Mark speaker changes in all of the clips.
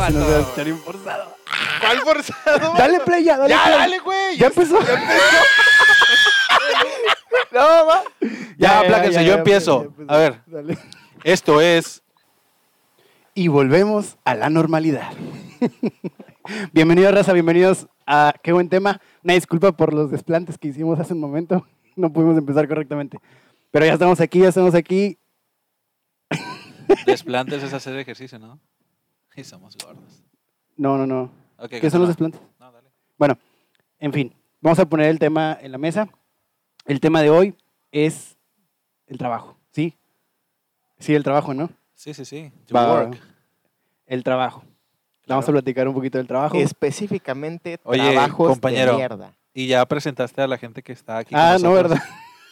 Speaker 1: si no
Speaker 2: vato.
Speaker 1: se va a escuchar bien forzado.
Speaker 3: ¿Cuál forzado?
Speaker 1: Dale play ya, dale
Speaker 3: Ya,
Speaker 1: play.
Speaker 3: dale, güey.
Speaker 1: Ya empezó.
Speaker 2: No, va.
Speaker 4: Ya, apláquense, yo empiezo.
Speaker 1: empezó.
Speaker 4: A ver,
Speaker 1: Dale.
Speaker 4: esto es...
Speaker 1: Y volvemos a la normalidad. Bienvenidos, raza, bienvenidos a Qué Buen Tema. Una disculpa por los desplantes que hicimos hace un momento. No pudimos empezar correctamente. Pero ya estamos aquí,
Speaker 4: Desplantes es hacer ejercicio, ¿no? Y somos gordos.
Speaker 1: No.
Speaker 4: Ok,
Speaker 1: ¿Qué son los
Speaker 4: continúa.
Speaker 1: desplantes?
Speaker 4: No, dale.
Speaker 1: Bueno, en fin, vamos a poner el tema en la mesa. El tema de hoy es el trabajo, ¿sí? Sí, el trabajo, ¿no?
Speaker 4: Sí.
Speaker 1: Va, va,
Speaker 4: Work.
Speaker 1: va. El trabajo. Vamos a
Speaker 4: Claro.
Speaker 1: platicar un poquito del trabajo.
Speaker 2: Específicamente
Speaker 4: Oye,
Speaker 2: trabajos
Speaker 4: compañero.
Speaker 2: de mierda.
Speaker 4: Y ya presentaste a la gente que está aquí con
Speaker 1: No,
Speaker 4: nosotros.
Speaker 1: ¿verdad?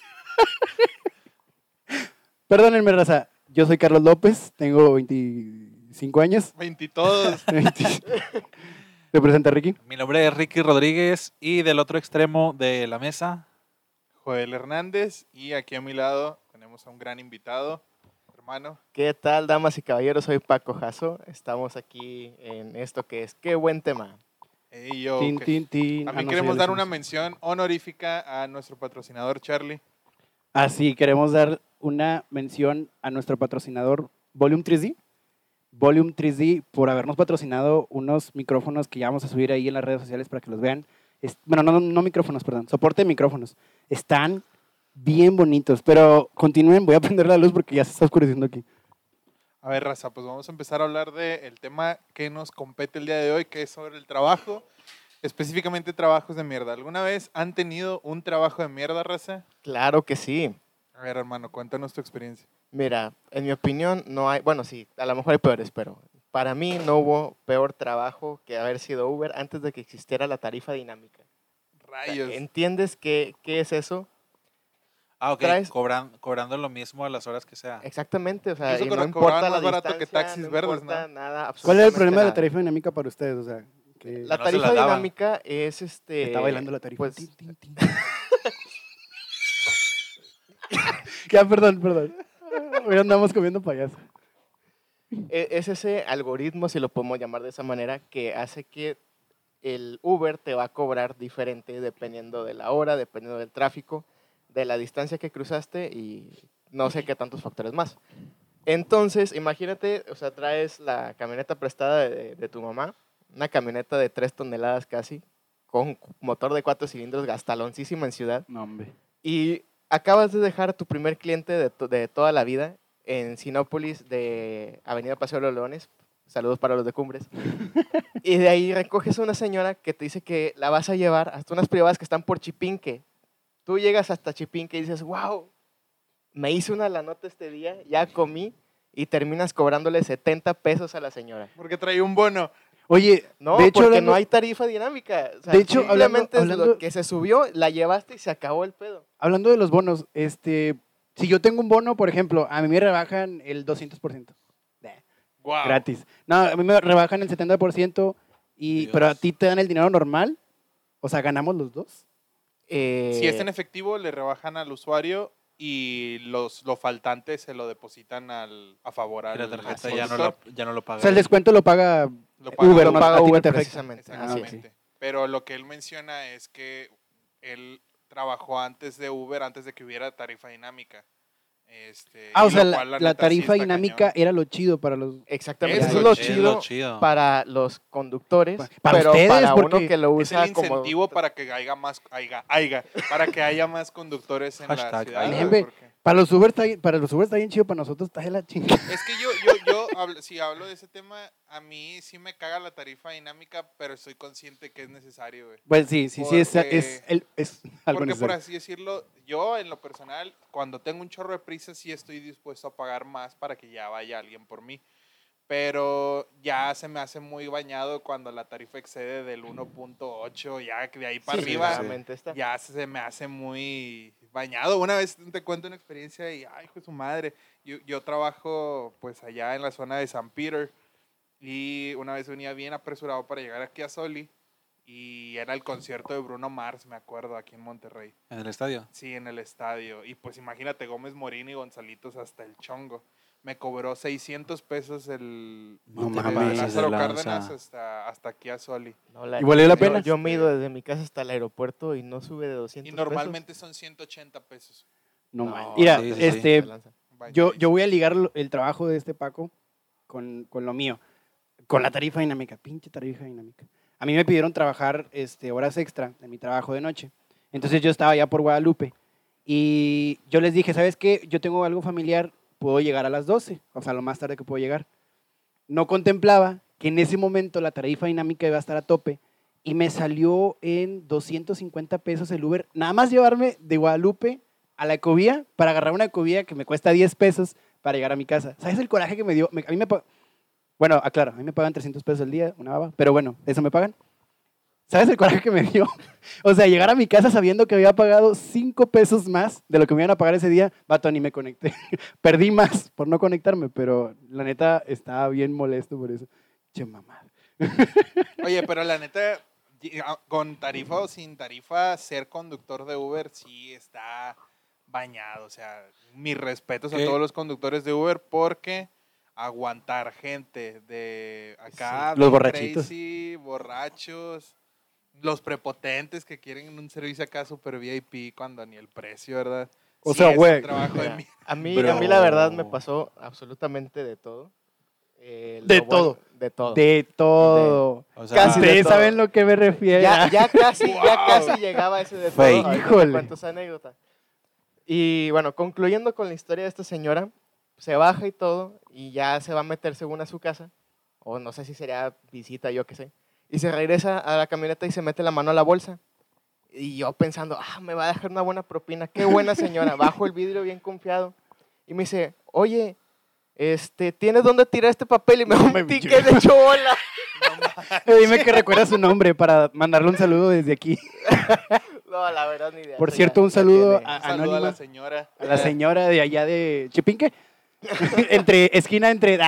Speaker 1: Perdónenme, raza. Yo soy Carlos López, tengo 25 años.
Speaker 3: 20 todos.
Speaker 1: ¿Te presenta Ricky?
Speaker 4: Mi nombre es Ricky Rodríguez y del otro extremo de la mesa...
Speaker 3: Joel Hernández. Y aquí a mi lado tenemos a un gran invitado, hermano.
Speaker 2: ¿Qué tal, damas y caballeros? Soy Paco Jasso. Estamos aquí en esto que es Qué Buen Tema.
Speaker 3: Y yo.
Speaker 1: Tin,
Speaker 3: que-
Speaker 1: tin, tin.
Speaker 3: También
Speaker 1: No,
Speaker 3: queremos
Speaker 1: ya
Speaker 3: dar
Speaker 1: lo
Speaker 3: una
Speaker 1: hicimos.
Speaker 3: mención honorífica a nuestro patrocinador Charlie.
Speaker 1: Sí, queremos dar una mención a nuestro patrocinador Volume 3D. Volume 3D por habernos patrocinado unos micrófonos que ya vamos a subir ahí en las redes sociales para que los vean. Bueno, no micrófonos, perdón. Soporte de micrófonos. Están bien bonitos, pero continúen. Voy a prender la luz porque ya se está oscureciendo aquí.
Speaker 3: A ver, raza, pues vamos a empezar a hablar del tema que nos compete el día de hoy, que es sobre el trabajo, específicamente trabajos de mierda. ¿Alguna vez han tenido un trabajo de mierda, raza?
Speaker 2: Claro que sí.
Speaker 3: A ver, hermano, cuéntanos tu experiencia.
Speaker 2: Mira, en mi opinión no hay, bueno, sí, a lo mejor hay peores, pero para mí no hubo peor trabajo que haber sido Uber antes de que existiera la tarifa dinámica. O sea,
Speaker 3: Rayos.
Speaker 2: ¿entiendes qué es eso?
Speaker 4: Ah, ok,
Speaker 2: Traes-
Speaker 4: cobrando lo mismo a las horas que sea.
Speaker 2: Exactamente, o sea,
Speaker 3: Incluso
Speaker 2: y
Speaker 3: cuando
Speaker 2: no importa
Speaker 3: cobraban
Speaker 2: la
Speaker 3: más barato que
Speaker 2: distancia,
Speaker 3: taxis
Speaker 2: no
Speaker 3: verdes,
Speaker 2: importa
Speaker 3: ¿no?
Speaker 2: nada,
Speaker 1: ¿Cuál es el
Speaker 2: absolutamente
Speaker 1: problema de la
Speaker 2: nada.
Speaker 1: tarifa dinámica para ustedes? O sea, que
Speaker 2: La
Speaker 4: no se
Speaker 2: tarifa
Speaker 4: las daban.
Speaker 2: dinámica es
Speaker 1: está bailando la tarifa.
Speaker 2: pues,
Speaker 1: Tin, tin, tin. Ya, perdón. Hoy andamos comiendo payaso.
Speaker 2: es ese algoritmo, si lo podemos llamar de esa manera, que hace que el Uber te va a cobrar diferente dependiendo de la hora, dependiendo del tráfico, de la distancia que cruzaste y no sé qué tantos factores más. Entonces, imagínate, o sea, traes la camioneta prestada de tu mamá, una camioneta de 3 toneladas casi, con motor de 4 cilindros, gastaloncísima en ciudad,
Speaker 1: No, hombre.
Speaker 2: y acabas de dejar a tu primer cliente de toda la vida en Sinópolis de Avenida Paseo de los Leones. Saludos para los de Cumbres. Y de ahí recoges a una señora que te dice que la vas a llevar hasta unas privadas que están por Chipinque. Tú llegas hasta Chipinque y dices, wow, me hice una lanota este día, ya comí, y terminas cobrándole 70 pesos a la señora.
Speaker 3: Porque traía un bono.
Speaker 1: Oye,
Speaker 2: No,
Speaker 1: de hecho,
Speaker 2: porque
Speaker 1: hablando-
Speaker 2: no hay tarifa dinámica. O sea,
Speaker 1: De hecho,
Speaker 2: simplemente
Speaker 1: hablando-
Speaker 2: es lo que se subió, la llevaste y se acabó el pedo.
Speaker 1: Hablando de los bonos, si yo tengo un bono, por ejemplo, a mí me rebajan el 200%.
Speaker 3: Wow.
Speaker 1: Gratis. No, a mí me rebajan el 70%,
Speaker 4: Dios.
Speaker 1: pero a ti te dan el dinero normal. O sea, ganamos los dos.
Speaker 3: Si es en efectivo, le rebajan al usuario y lo faltante se lo depositan a favor
Speaker 4: Y
Speaker 3: al
Speaker 4: la tarjeta
Speaker 3: al
Speaker 4: ya
Speaker 3: conductor.
Speaker 4: no lo paga.
Speaker 1: O sea, el descuento lo paga
Speaker 3: Lo paga
Speaker 1: Uber,
Speaker 2: lo
Speaker 1: no,
Speaker 2: paga
Speaker 1: a ti no
Speaker 2: Uber
Speaker 1: te afecta.
Speaker 2: precisamente.
Speaker 3: Exactamente. Pero lo que él menciona es que él trabajó antes de Uber, antes de que hubiera tarifa dinámica.
Speaker 1: O
Speaker 3: y
Speaker 1: sea,
Speaker 3: lo
Speaker 1: la,
Speaker 3: cual,
Speaker 1: la
Speaker 3: neta, sí
Speaker 1: tarifa
Speaker 3: está
Speaker 1: dinámica
Speaker 3: cañón.
Speaker 1: era lo chido para los...
Speaker 2: Exactamente,
Speaker 3: Es
Speaker 2: eso es
Speaker 3: lo
Speaker 2: lo
Speaker 3: chido.
Speaker 2: chido para los conductores,
Speaker 1: Para
Speaker 2: pero
Speaker 1: ustedes,
Speaker 2: para
Speaker 1: porque
Speaker 2: uno que lo
Speaker 3: Es el
Speaker 2: usa como...
Speaker 3: incentivo para que para que haya más conductores en la
Speaker 4: Hashtag
Speaker 3: ciudad.
Speaker 4: haya.
Speaker 3: güey,
Speaker 1: Bien,
Speaker 3: porque-
Speaker 1: Para los Uber está bien chido, para nosotros está de la chingada.
Speaker 3: Es que si hablo de ese tema, a mí sí me caga la tarifa dinámica, pero estoy consciente que es necesario, güey.
Speaker 1: Pues sí, es
Speaker 3: Porque-
Speaker 1: algo
Speaker 3: Porque por
Speaker 1: necesario.
Speaker 3: así decirlo, yo en lo personal, cuando tengo un chorro de prisa, sí estoy dispuesto a pagar más para que ya vaya alguien por mí. Pero ya se me hace muy bañado cuando la tarifa excede del 1.8, ya que de ahí para
Speaker 2: Sí,
Speaker 3: arriba
Speaker 2: claramente está.
Speaker 3: ya se me hace muy bañado. Una vez te cuento una experiencia y, ay, hijo de su madre, yo trabajo pues allá en la zona de San Peter y una vez venía bien apresurado para llegar aquí a Soli y era el concierto de Bruno Mars, me acuerdo, aquí en Monterrey.
Speaker 4: ¿En el estadio?
Speaker 3: Sí, en el estadio. Y pues imagínate Gómez Morín y Gonzalitos hasta el chongo. me cobró 600 pesos el
Speaker 1: No
Speaker 3: de
Speaker 1: mames,
Speaker 3: Lázaro
Speaker 4: de lanza.
Speaker 3: Cárdenas hasta aquí a Soli.
Speaker 2: No,
Speaker 1: ¿Y valió la
Speaker 2: yo-
Speaker 1: pena?
Speaker 2: Yo me he ido desde mi casa hasta el aeropuerto y no sube de 200
Speaker 3: Y normalmente son 180 pesos.
Speaker 1: No,
Speaker 2: No,
Speaker 1: man. Mira,
Speaker 4: sí, sí,
Speaker 2: pesos.
Speaker 1: este,
Speaker 2: Se lanza.
Speaker 1: yo voy a ligar el trabajo de este Paco con lo mío, con la tarifa dinámica, pinche tarifa dinámica. A mí me pidieron trabajar horas extra en mi trabajo de noche. Entonces yo estaba ya por Guadalupe y yo les dije, ¿sabes qué? Yo tengo algo familiar, puedo llegar a las 12, o sea, lo más tarde que puedo llegar. No contemplaba que en ese momento la tarifa dinámica iba a estar a tope y me salió en 250 pesos el Uber, nada más llevarme de Guadalupe a la Ecovía para agarrar una Ecovía que me cuesta 10 pesos para llegar a mi casa. ¿Sabes el coraje que me dio? A mí me bueno, aclaro, a mí me pagan 300 pesos al día, una baba, pero bueno, eso me pagan. ¿Sabes el coraje que me dio? O sea, llegar a mi casa sabiendo que había pagado 5 pesos más de lo que me iban a pagar ese día, vato, ni me conecté. Perdí más por no conectarme, pero la neta estaba bien molesto por eso. Che, mamá.
Speaker 3: Oye, pero la neta, con tarifa o sin tarifa, ser conductor de Uber sí está bañado. O sea, mis respetos a
Speaker 4: ¿Qué?
Speaker 3: todos los conductores de Uber porque aguantar gente de acá,
Speaker 1: Sí, los
Speaker 3: bien
Speaker 1: borrachitos.
Speaker 3: crazy, borrachos, los prepotentes que quieren un servicio acá super VIP cuando ni el precio, ¿verdad?
Speaker 1: O
Speaker 3: Sí,
Speaker 1: sea,
Speaker 3: es
Speaker 1: güey.
Speaker 3: un trabajo de
Speaker 2: Mira,
Speaker 3: mi-
Speaker 2: a mí
Speaker 4: Bro.
Speaker 2: la verdad me pasó absolutamente de todo.
Speaker 1: De
Speaker 2: Lo bueno-
Speaker 1: todo.
Speaker 2: de todo.
Speaker 1: De todo.
Speaker 4: O sea,
Speaker 2: Casi de
Speaker 1: Ustedes
Speaker 2: todo.
Speaker 1: saben lo que me refiero.
Speaker 2: Ya
Speaker 3: Wow.
Speaker 2: casi llegaba ese de todo.
Speaker 4: Fake.
Speaker 2: Ahorita te
Speaker 1: Híjole.
Speaker 2: cuento esa anécdota. Y bueno, concluyendo con la historia de esta señora, se baja y todo, y ya se va a meter según a su casa, o no sé si sería visita, yo qué sé, y se regresa a la camioneta y se mete la mano a la bolsa. Y yo pensando, me va a dejar una buena propina, qué buena señora. Bajo el vidrio bien confiado y me dice, oye, ¿tienes dónde tirar este papel? Y me da un ticket de hecho bola.
Speaker 1: Dime que recuerda su nombre para mandarle un saludo desde aquí.
Speaker 2: No, la verdad ni idea.
Speaker 1: Por
Speaker 2: Eso
Speaker 1: cierto,
Speaker 2: ya-
Speaker 1: un
Speaker 2: ya
Speaker 1: saludo
Speaker 2: tiene-
Speaker 3: Un saludo a
Speaker 1: anónima
Speaker 3: la señora.
Speaker 1: a la señora de allá de Chipinque. esquina entre...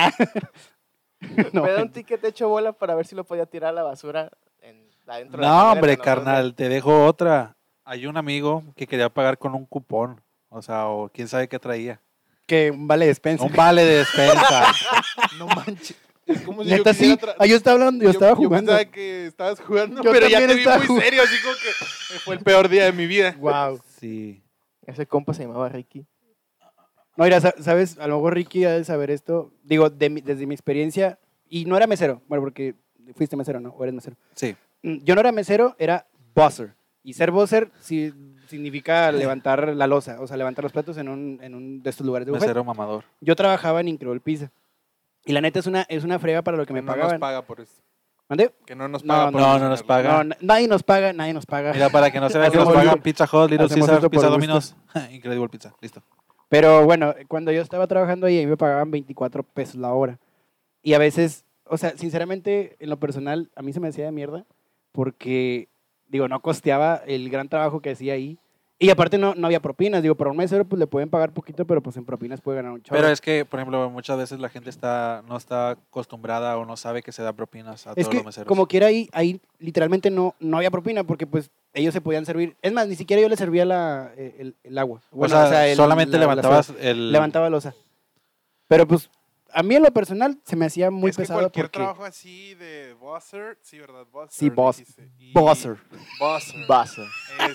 Speaker 1: No,
Speaker 2: me da un ticket de hecho bola para ver si lo podía tirar a la basura adentro de la
Speaker 4: no,
Speaker 2: camioneta,
Speaker 4: hombre,
Speaker 2: ¿no?
Speaker 4: carnal, te dejo otra. Hay un amigo que quería pagar con un cupón. O sea, o quién sabe qué traía.
Speaker 1: que un vale despensa.
Speaker 4: Un vale de despensa.
Speaker 3: No manches. Es como si yo
Speaker 1: Neta, sí.
Speaker 3: quisiera
Speaker 1: Yo estaba hablando, yo estaba
Speaker 3: Yo
Speaker 1: jugando.
Speaker 3: pensaba que estabas jugando,
Speaker 1: Yo
Speaker 3: pero ya
Speaker 1: también
Speaker 3: te vi
Speaker 1: estaba
Speaker 3: muy
Speaker 1: jugando.
Speaker 3: serio, así como que fue el peor día de mi vida.
Speaker 1: Wow.
Speaker 4: Sí.
Speaker 2: Ese compa se llamaba Ricky.
Speaker 1: No, mira, ¿sabes? A lo mejor Ricky ha de saber esto. Digo, desde mi experiencia, y no era mesero. Bueno, porque fuiste mesero, ¿no? O eres mesero.
Speaker 4: Sí.
Speaker 1: Yo no era mesero, era buzzer. Y ser buzzer sí, significa levantar la losa, o sea, levantar los platos en un de estos lugares de buffet.
Speaker 4: Mesero mamador.
Speaker 1: Yo trabajaba en Incredible Pizza. Y la neta es una frega para lo que me
Speaker 3: no nos
Speaker 1: pagaban.
Speaker 3: paga por esto.
Speaker 1: ¿Mande?
Speaker 3: Que no nos
Speaker 1: No,
Speaker 3: paga por
Speaker 4: no
Speaker 3: mencionarlo.
Speaker 4: nos paga.
Speaker 1: No, nadie nos paga, nadie nos paga.
Speaker 4: Mira, para que no se vea que nos
Speaker 1: Hacemos
Speaker 4: pagan
Speaker 1: esto-
Speaker 4: Pizza Hut, Little
Speaker 1: hacemos
Speaker 4: Caesar,
Speaker 1: esto por
Speaker 4: Pizza
Speaker 1: gusto.
Speaker 4: Domino's. Incredible Pizza. Listo.
Speaker 1: Pero bueno, cuando yo estaba trabajando ahí, a mí me pagaban 24 pesos la hora. Y a veces, o sea, sinceramente, en lo personal, a mí se me hacía de mierda porque, digo, no costeaba el gran trabajo que hacía ahí. Y aparte no había propinas. Digo, para un mesero pues le pueden pagar poquito, pero pues en propinas puede ganar un chorro.
Speaker 4: Pero es que, por ejemplo, muchas veces la gente no está acostumbrada o no sabe que se da propinas a
Speaker 1: Es
Speaker 4: todos
Speaker 1: que
Speaker 4: los meseros.
Speaker 1: como quiera ahí literalmente no había propina porque pues ellos se podían servir. Es más, ni siquiera yo les servía el agua. Bueno,
Speaker 4: o sea, solamente
Speaker 1: la
Speaker 4: levantabas
Speaker 1: soda.
Speaker 4: el...
Speaker 1: Levantaba losa. Pero pues a mí en lo personal se me hacía muy
Speaker 3: Es que
Speaker 1: pesado
Speaker 3: cualquier
Speaker 1: porque...
Speaker 3: trabajo así de buzzer, sí, ¿verdad? Buzzer,
Speaker 1: Sí,
Speaker 3: dijiste. Y-
Speaker 1: buzzer.
Speaker 3: Buzzer.
Speaker 2: Buzzer.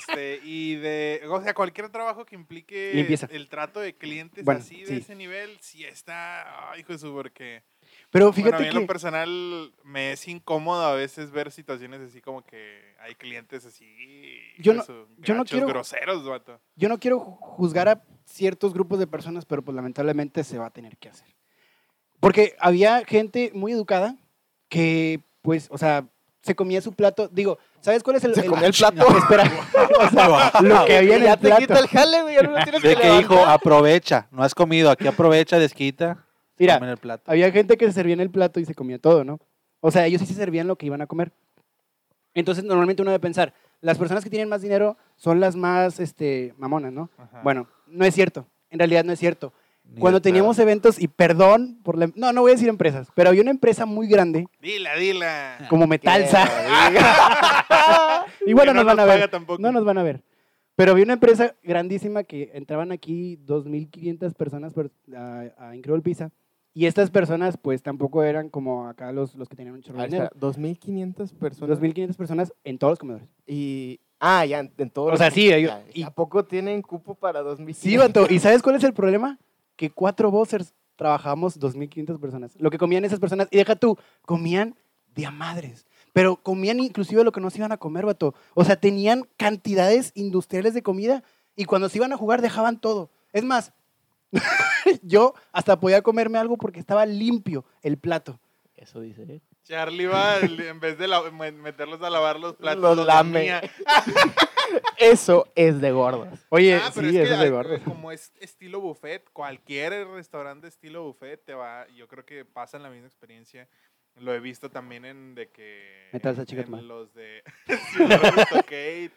Speaker 3: Y o sea, cualquier trabajo que implique
Speaker 1: Limpieza.
Speaker 3: el trato de clientes
Speaker 1: Bueno,
Speaker 3: así de
Speaker 1: sí.
Speaker 3: ese nivel, sí está, ay, hijo de su, porque
Speaker 1: Pero
Speaker 3: bueno, a
Speaker 1: fíjate
Speaker 3: mí en lo
Speaker 1: que...
Speaker 3: personal me es incómodo a veces ver situaciones así como que hay clientes así,
Speaker 1: Yo
Speaker 3: hijo
Speaker 1: no-
Speaker 3: de su,
Speaker 1: yo no
Speaker 3: gachos,
Speaker 1: quiero-
Speaker 3: groseros, vato.
Speaker 1: Yo no quiero juzgar a ciertos grupos de personas, pero pues lamentablemente se va a tener que hacer. Porque había gente muy educada que, pues, o sea, se comía su plato. Digo, ¿sabes cuál es el...
Speaker 2: Se comía el plato.
Speaker 1: Espera, o sea, lo que había en
Speaker 2: ya
Speaker 1: el
Speaker 2: te
Speaker 1: plato.
Speaker 2: quita el jale, güey. Ya no lo tienes
Speaker 4: De
Speaker 2: que
Speaker 4: que hijo,
Speaker 2: levantar.
Speaker 4: aprovecha. No has comido. Aquí aprovecha, desquita.
Speaker 1: Mira,
Speaker 4: come en el plato.
Speaker 1: había gente que se servía en el plato y se comía todo, ¿no? O sea, ellos sí se servían lo que iban a comer. Entonces, normalmente uno debe pensar, las personas que tienen más dinero son las más mamonas, ¿no?
Speaker 3: Ajá.
Speaker 1: Bueno, no es cierto. En realidad no es cierto.
Speaker 4: Ni
Speaker 1: Cuando
Speaker 4: de
Speaker 1: teníamos
Speaker 4: pedo.
Speaker 1: eventos, y perdón por la... No voy a decir empresas, pero había una empresa muy grande,
Speaker 3: Dila.
Speaker 1: como Metalsa.
Speaker 2: Que
Speaker 1: Y bueno,
Speaker 3: Que no
Speaker 1: nos van a
Speaker 3: nos
Speaker 1: ver.
Speaker 3: paga tampoco.
Speaker 1: No nos van a ver. Pero había una empresa grandísima que entraban aquí 2.500 personas a Incredible Pizza. Y estas personas, pues, tampoco eran como acá los que tenían un chorro de dinero.
Speaker 2: 2.500 personas.
Speaker 1: 2.500 personas en todos los comedores.
Speaker 2: Y... Ah, ya, en todos
Speaker 1: O sea, sí,
Speaker 2: ¿Y a poco tienen cupo para 2.500?
Speaker 1: Sí, vato. ¿Y sabes cuál es el problema? Que 4 buzzers trabajamos 2.500 personas. Lo que comían esas personas, y deja tú, comían de a madres. Pero comían inclusive lo que no se iban a comer, vato. O sea, tenían cantidades industriales de comida y cuando se iban a jugar dejaban todo. Es más, yo hasta podía comerme algo porque estaba limpio el plato.
Speaker 2: Eso dice.
Speaker 3: Charlie va, en vez de meterlos a lavar los platos,
Speaker 2: Los
Speaker 3: los
Speaker 2: lame.
Speaker 3: lamía.
Speaker 2: Eso es de gordos.
Speaker 1: Oye,
Speaker 3: Pero
Speaker 1: sí,
Speaker 3: es
Speaker 1: eso es
Speaker 3: que
Speaker 1: de gordo.
Speaker 3: como es estilo buffet, cualquier restaurante estilo buffet te va, yo creo que pasan la misma experiencia. Lo he visto también en de que
Speaker 1: Metal Chicken
Speaker 3: en
Speaker 1: Man.
Speaker 3: los de sí, los de Stockade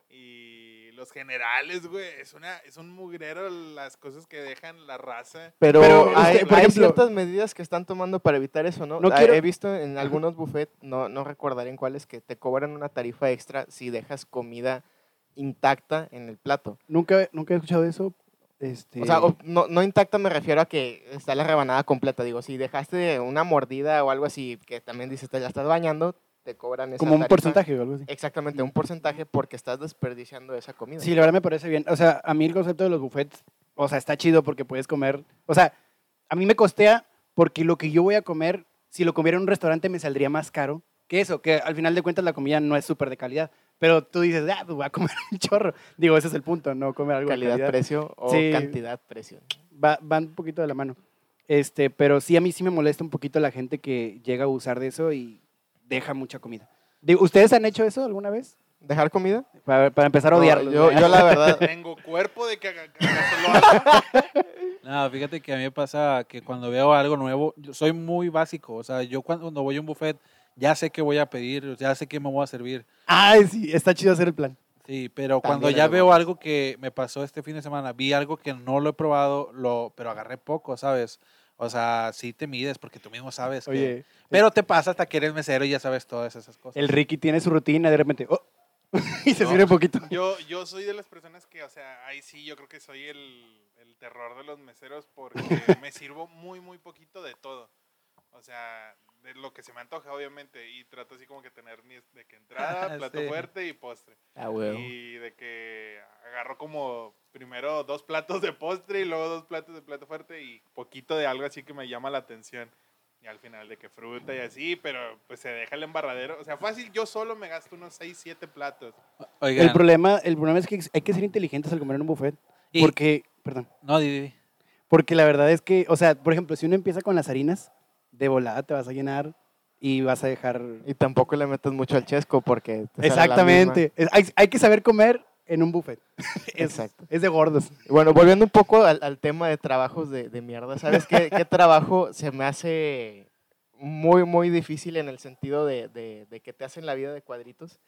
Speaker 3: y los generales, güey, es un mugrero las cosas que dejan la raza.
Speaker 2: Pero hay,
Speaker 1: por
Speaker 2: hay
Speaker 1: ejemplo,
Speaker 2: ciertas medidas que están tomando para evitar eso, ¿no?
Speaker 1: No quiero-
Speaker 2: He visto en algunos buffets, no recordaré en cuáles, que te cobran una tarifa extra si dejas comida intacta en el plato.
Speaker 1: Nunca he escuchado eso.
Speaker 2: O sea, no intacta me refiero a que está la rebanada completa. Digo, si dejaste una mordida o algo así, que también dices, te la estás bañando, te cobran esa
Speaker 1: como un
Speaker 2: tarifa.
Speaker 1: porcentaje o algo así.
Speaker 2: Exactamente, un porcentaje porque estás desperdiciando esa comida.
Speaker 1: Sí, la verdad me parece bien. O sea, a mí el concepto de los buffets, o sea, está chido porque puedes comer. O sea, a mí me costea porque lo que yo voy a comer, si lo comiera en un restaurante, me saldría más caro que eso, que al final de cuentas la comida no es súper de calidad. Pero tú dices, pues voy a comer un chorro. Digo, ese es el punto, no comer algo de calidad.
Speaker 2: Calidad-precio o
Speaker 1: Sí.
Speaker 2: cantidad-precio.
Speaker 1: Van un poquito de la mano. Pero sí, a mí sí me molesta un poquito la gente que llega a abusar de eso y deja mucha comida. Digo, ¿ustedes han hecho eso alguna vez?
Speaker 2: ¿Dejar comida?
Speaker 1: Para empezar a
Speaker 2: No,
Speaker 1: odiarlos.
Speaker 2: yo la verdad,
Speaker 3: Tengo cuerpo de que acaso lo haga.
Speaker 4: No, fíjate que a mí me pasa que cuando veo algo nuevo, yo soy muy básico. O sea, yo cuando voy a un buffet, ya sé qué voy a pedir, ya sé qué me voy a servir.
Speaker 1: Ay, sí, está chido hacer el plan.
Speaker 4: Sí, pero
Speaker 2: También
Speaker 4: cuando
Speaker 2: es
Speaker 4: ya
Speaker 2: de
Speaker 4: veo
Speaker 2: gordos.
Speaker 4: algo que me pasó este fin de semana, vi algo que no lo he probado, pero agarré poco, ¿sabes? O sea, sí te mides porque tú mismo sabes que...
Speaker 1: Oye,
Speaker 4: Pero te pasa hasta que eres mesero y ya sabes todas esas cosas.
Speaker 1: el Ricky tiene su rutina y de repente, y se
Speaker 3: No.
Speaker 1: sirve poquito.
Speaker 3: Yo soy de las personas que, o sea, ahí sí yo creo que soy el terror de los meseros porque me sirvo muy, muy poquito de todo. O sea, de lo que se me antoja, obviamente, y trato así como que tener de que entrada, plato
Speaker 4: Sí.
Speaker 3: fuerte y postre.
Speaker 2: ah, huevo.
Speaker 3: Y de que agarro como primero 2 platos de postre y luego 2 platos de plato fuerte y poquito de algo así que me llama la atención. Y al final de que fruta y así, pero pues se deja el embarradero. O sea, fácil, yo solo me gasto unos 6, 7 platos.
Speaker 4: Oigan,
Speaker 1: El problema es que hay que ser inteligentes al comer en un buffet.
Speaker 4: Y-
Speaker 1: Porque, perdón,
Speaker 4: No, di.
Speaker 1: porque la verdad es que, o sea, por ejemplo, si uno empieza con las harinas, de volada te vas a llenar y vas a dejar...
Speaker 2: Y tampoco le metes mucho al chesco porque te sale la
Speaker 1: Exactamente. Hay que saber comer en un buffet.
Speaker 2: Exacto.
Speaker 1: Es de gordos.
Speaker 2: misma. Bueno, volviendo un poco al tema de trabajos de mierda, ¿sabes qué trabajo se me hace muy, muy difícil en el sentido de que te hacen la vida de cuadritos?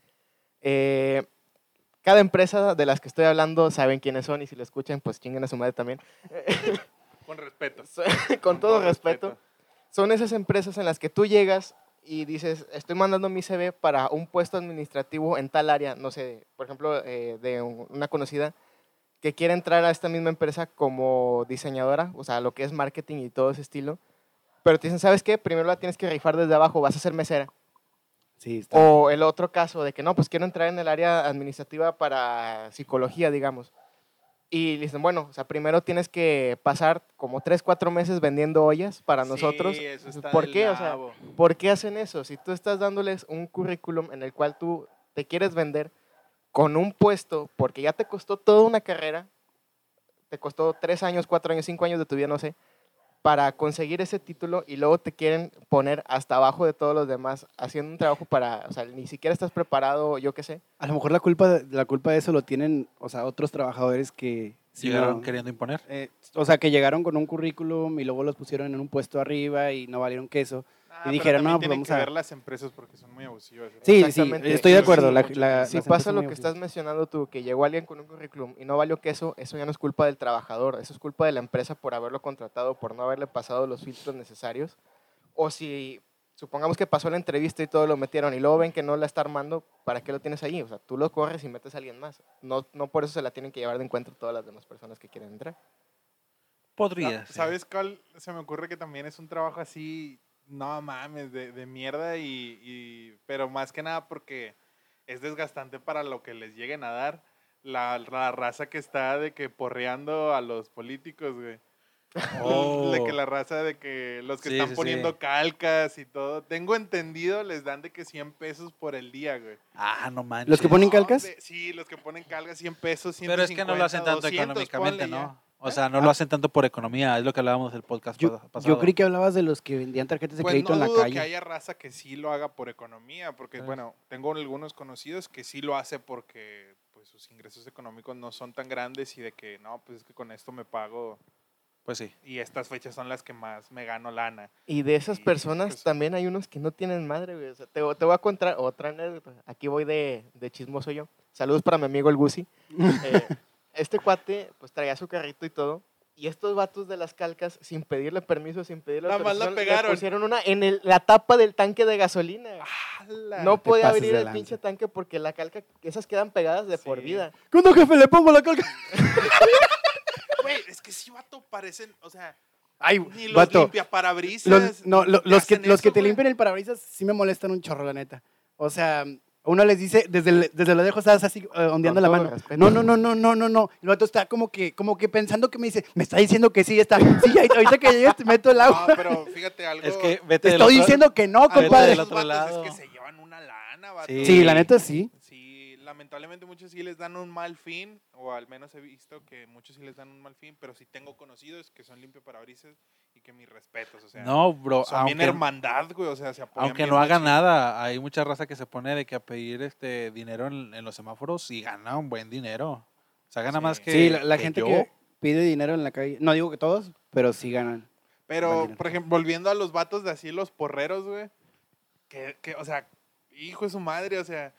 Speaker 2: Cada empresa de las que estoy hablando saben quiénes son y si lo escuchan, pues chinguen a su madre también.
Speaker 3: Con respeto.
Speaker 2: Con todo respeto. Son esas empresas en las que tú llegas y dices, estoy mandando mi CV para un puesto administrativo en tal área, no sé, por ejemplo, de una conocida que quiere entrar a esta misma empresa como diseñadora, o sea, lo que es marketing y todo ese estilo, pero te dicen, ¿sabes qué? Primero la tienes que rifar desde abajo, vas a ser mesera.
Speaker 1: Sí, está.
Speaker 2: O el otro caso de que no, pues quiero entrar en el área administrativa para psicología, digamos. Y le dicen, bueno, o sea, primero tienes que pasar como 3, 4 meses vendiendo ollas para nosotros.
Speaker 3: Sí, eso está
Speaker 2: ¿Por
Speaker 3: del
Speaker 2: qué? O sea,
Speaker 3: nabo.
Speaker 2: ¿por qué hacen eso? Si tú estás dándoles un currículum en el cual tú te quieres vender con un puesto, porque ya te costó toda una carrera, te costó 3 años, 4 años, 5 años de tu vida, no sé, para conseguir ese título y luego te quieren poner hasta abajo de todos los demás haciendo un trabajo para, o sea, ni siquiera estás preparado, yo qué sé.
Speaker 1: A lo mejor la culpa de eso lo tienen, o sea, otros trabajadores que... si
Speaker 4: Llegaron
Speaker 1: no-
Speaker 4: queriendo imponer.
Speaker 1: o sea, que llegaron con un currículum y luego los pusieron en un puesto arriba y no valieron queso.
Speaker 3: Ah,
Speaker 1: Y
Speaker 3: pero
Speaker 1: dijeron,
Speaker 3: también
Speaker 1: no, pues
Speaker 3: tienen
Speaker 1: vamos
Speaker 3: que
Speaker 1: a-
Speaker 3: ver las empresas porque son muy abusivas.
Speaker 1: Sí, sí,
Speaker 2: Exactamente.
Speaker 1: estoy de acuerdo.
Speaker 3: Sí,
Speaker 1: la-
Speaker 3: mucho
Speaker 1: la-
Speaker 2: Si
Speaker 1: las
Speaker 2: pasa
Speaker 1: empresas son
Speaker 2: lo
Speaker 1: muy
Speaker 2: que
Speaker 1: abusivas.
Speaker 2: estás mencionando tú, que llegó alguien con un currículum y no valió queso, eso ya no es culpa del trabajador, eso es culpa de la empresa por haberlo contratado, por no haberle pasado los filtros necesarios. O si supongamos que pasó la entrevista y todo lo metieron y luego ven que no la está armando, ¿para qué lo tienes ahí? O sea, tú lo corres y metes a alguien más. No por eso se la tienen que llevar de encuentro todas las demás personas que quieren entrar.
Speaker 4: Podría ser.
Speaker 3: ¿Sabes cuál? Se me ocurre que también es un trabajo así, no mames, de mierda, pero más que nada porque es desgastante para lo que les lleguen a dar. La raza que está de que porreando a los políticos, güey. De que la raza de que los que
Speaker 4: Sí,
Speaker 3: están
Speaker 4: sí,
Speaker 3: poniendo
Speaker 4: sí.
Speaker 3: calcas y todo. Tengo entendido, les dan de que 100 pesos por el día, güey.
Speaker 4: Ah, no manches.
Speaker 1: ¿Los que ponen
Speaker 3: No,
Speaker 1: calcas?
Speaker 3: sí, los que ponen calcas, 100 pesos, 150,
Speaker 4: Pero es que no lo hacen tanto
Speaker 3: 200,
Speaker 4: económicamente,
Speaker 3: ponle ya.
Speaker 4: ¿no? O sea, no lo hacen tanto por economía, es lo que hablábamos del podcast
Speaker 1: Yo
Speaker 4: pasado.
Speaker 1: creí que hablabas de los que vendían tarjetas de
Speaker 3: Pues
Speaker 1: crédito
Speaker 3: no
Speaker 1: en la
Speaker 3: dudo
Speaker 1: calle.
Speaker 3: que haya raza que sí lo haga por economía, porque
Speaker 4: Sí.
Speaker 3: bueno, tengo algunos conocidos que sí lo hace porque pues sus ingresos económicos no son tan grandes y de que no, pues es que con esto me pago
Speaker 4: Pues sí.
Speaker 3: y estas fechas son las que más me gano lana.
Speaker 2: Y de esas
Speaker 3: Y,
Speaker 2: personas
Speaker 3: pues,
Speaker 2: también hay unos que no tienen madre, güey. O sea, te voy a contar otra anécdota. Aquí voy de chismoso yo. Saludos para mi amigo el Gusi. Este cuate, pues traía su carrito y todo. Y estos vatos de las calcas, sin pedirle permiso, sin pedirle
Speaker 3: Nada más la
Speaker 2: autorización, le
Speaker 3: pegaron.
Speaker 2: pusieron una en la tapa del tanque de gasolina.
Speaker 3: ¡Hala!
Speaker 2: No podía
Speaker 1: pases
Speaker 2: abrir
Speaker 1: de
Speaker 2: el
Speaker 1: lanza.
Speaker 2: pinche tanque porque la calca, esas quedan pegadas de por
Speaker 3: Sí.
Speaker 2: vida.
Speaker 1: ¿Cuándo, jefe, le pongo la calca?
Speaker 3: Güey, es que sí, vato, parecen, o sea,
Speaker 1: Ay,
Speaker 3: ni los
Speaker 1: vato.
Speaker 3: limpiaparabrisas.
Speaker 1: Los que
Speaker 3: hacen
Speaker 1: te
Speaker 3: eso,
Speaker 1: limpian el parabrisas sí me molestan un chorro, la neta. O sea, uno les dice, desde lo lejos estás así ondeando
Speaker 2: Con
Speaker 1: la
Speaker 2: todo
Speaker 1: mano.
Speaker 2: respeto.
Speaker 1: No. El vato está como que pensando que me dice, me está diciendo que sí, está. Sí, ahorita que llegues te meto el
Speaker 3: No,
Speaker 1: agua.
Speaker 3: pero fíjate algo.
Speaker 4: Es que
Speaker 1: Te
Speaker 4: vete del
Speaker 1: estoy
Speaker 4: otro-
Speaker 1: diciendo que no,
Speaker 3: algo de
Speaker 1: compadre.
Speaker 4: del
Speaker 3: esos
Speaker 4: otro
Speaker 3: vatos
Speaker 4: lado.
Speaker 3: es que se llevan una lana, vato.
Speaker 4: Sí.
Speaker 1: Sí, la neta sí.
Speaker 3: Sí, lamentablemente muchos sí les dan un mal fin, o al menos he visto que muchos sí les dan un mal fin, pero sí tengo conocidos que son limpiaparabrisas y que mis respetos, o sea,
Speaker 4: No, bro,
Speaker 3: son bien
Speaker 4: aunque,
Speaker 3: hermandad, güey, o sea, se apoyan
Speaker 4: aunque
Speaker 3: bien
Speaker 4: no hagan
Speaker 3: machín.
Speaker 4: nada, hay mucha raza que se pone de que a pedir dinero en los semáforos y gana un buen dinero. O sea, gana
Speaker 3: Sí.
Speaker 4: más que
Speaker 1: Sí, la gente
Speaker 4: yo.
Speaker 1: que pide dinero en la calle. No digo que todos, pero sí ganan. Buen
Speaker 3: Pero,
Speaker 1: dinero.
Speaker 3: por ejemplo, volviendo a los vatos de así, los porreros, güey, o sea, hijo de su madre, o sea,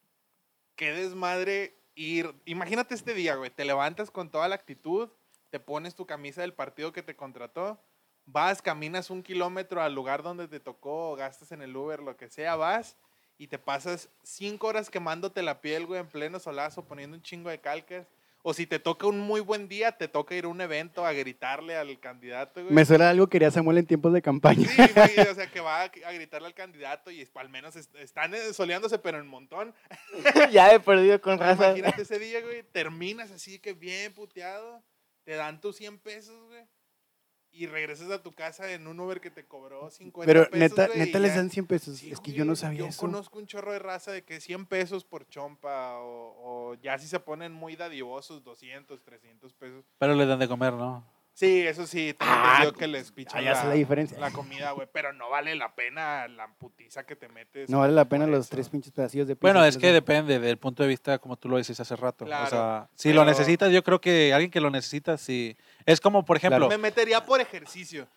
Speaker 3: qué desmadre ir. Imagínate este día, güey, te levantas con toda la actitud, te pones tu camisa del partido que te contrató, vas, caminas 1 kilómetro al lugar donde te tocó, gastas en el Uber, lo que sea, vas y te pasas 5 horas quemándote la piel, güey, en pleno solazo, poniendo un chingo de calcas. O si te toca un muy buen día, te toca ir a un evento a gritarle al candidato, güey.
Speaker 1: Me suena algo que quería Samuel en tiempos de campaña.
Speaker 3: Sí, güey, o sea, que va a gritarle al candidato y al menos están soleándose, pero en montón.
Speaker 2: Ya he perdido con raza.
Speaker 3: Imagínate ese día, güey, terminas así que bien puteado, te dan tus 100 pesos, güey, y regresas a tu casa en un Uber que te cobró 50
Speaker 1: Pero
Speaker 3: pesos,
Speaker 1: neta,
Speaker 3: güey,
Speaker 1: neta
Speaker 3: y
Speaker 1: les
Speaker 3: ya.
Speaker 1: dan 100 pesos.
Speaker 3: Sí,
Speaker 1: Es que
Speaker 3: güey,
Speaker 1: yo no sabía
Speaker 3: yo
Speaker 1: eso.
Speaker 3: conozco un chorro de raza de que 100 pesos por chompa o ya si se ponen muy dadivosos, 200, 300 pesos.
Speaker 4: Pero les dan de comer, ¿no?
Speaker 3: Sí, eso sí, tengo
Speaker 1: Ah,
Speaker 3: entendido que les pichan
Speaker 1: ya sé la diferencia.
Speaker 3: la comida, güey, pero no vale la pena la putiza que te metes.
Speaker 1: No vale la pena
Speaker 3: por
Speaker 1: los
Speaker 3: eso.
Speaker 1: 3 pinches pedacillos de pizza.
Speaker 4: Bueno, es
Speaker 1: les
Speaker 4: que
Speaker 1: dan.
Speaker 4: depende del punto de vista, como tú lo dices hace rato.
Speaker 3: Claro,
Speaker 4: o sea, si
Speaker 3: pero-
Speaker 4: lo necesitas, yo creo que alguien que lo necesita, sí. Es como, por ejemplo,
Speaker 3: Me metería por ejercicio.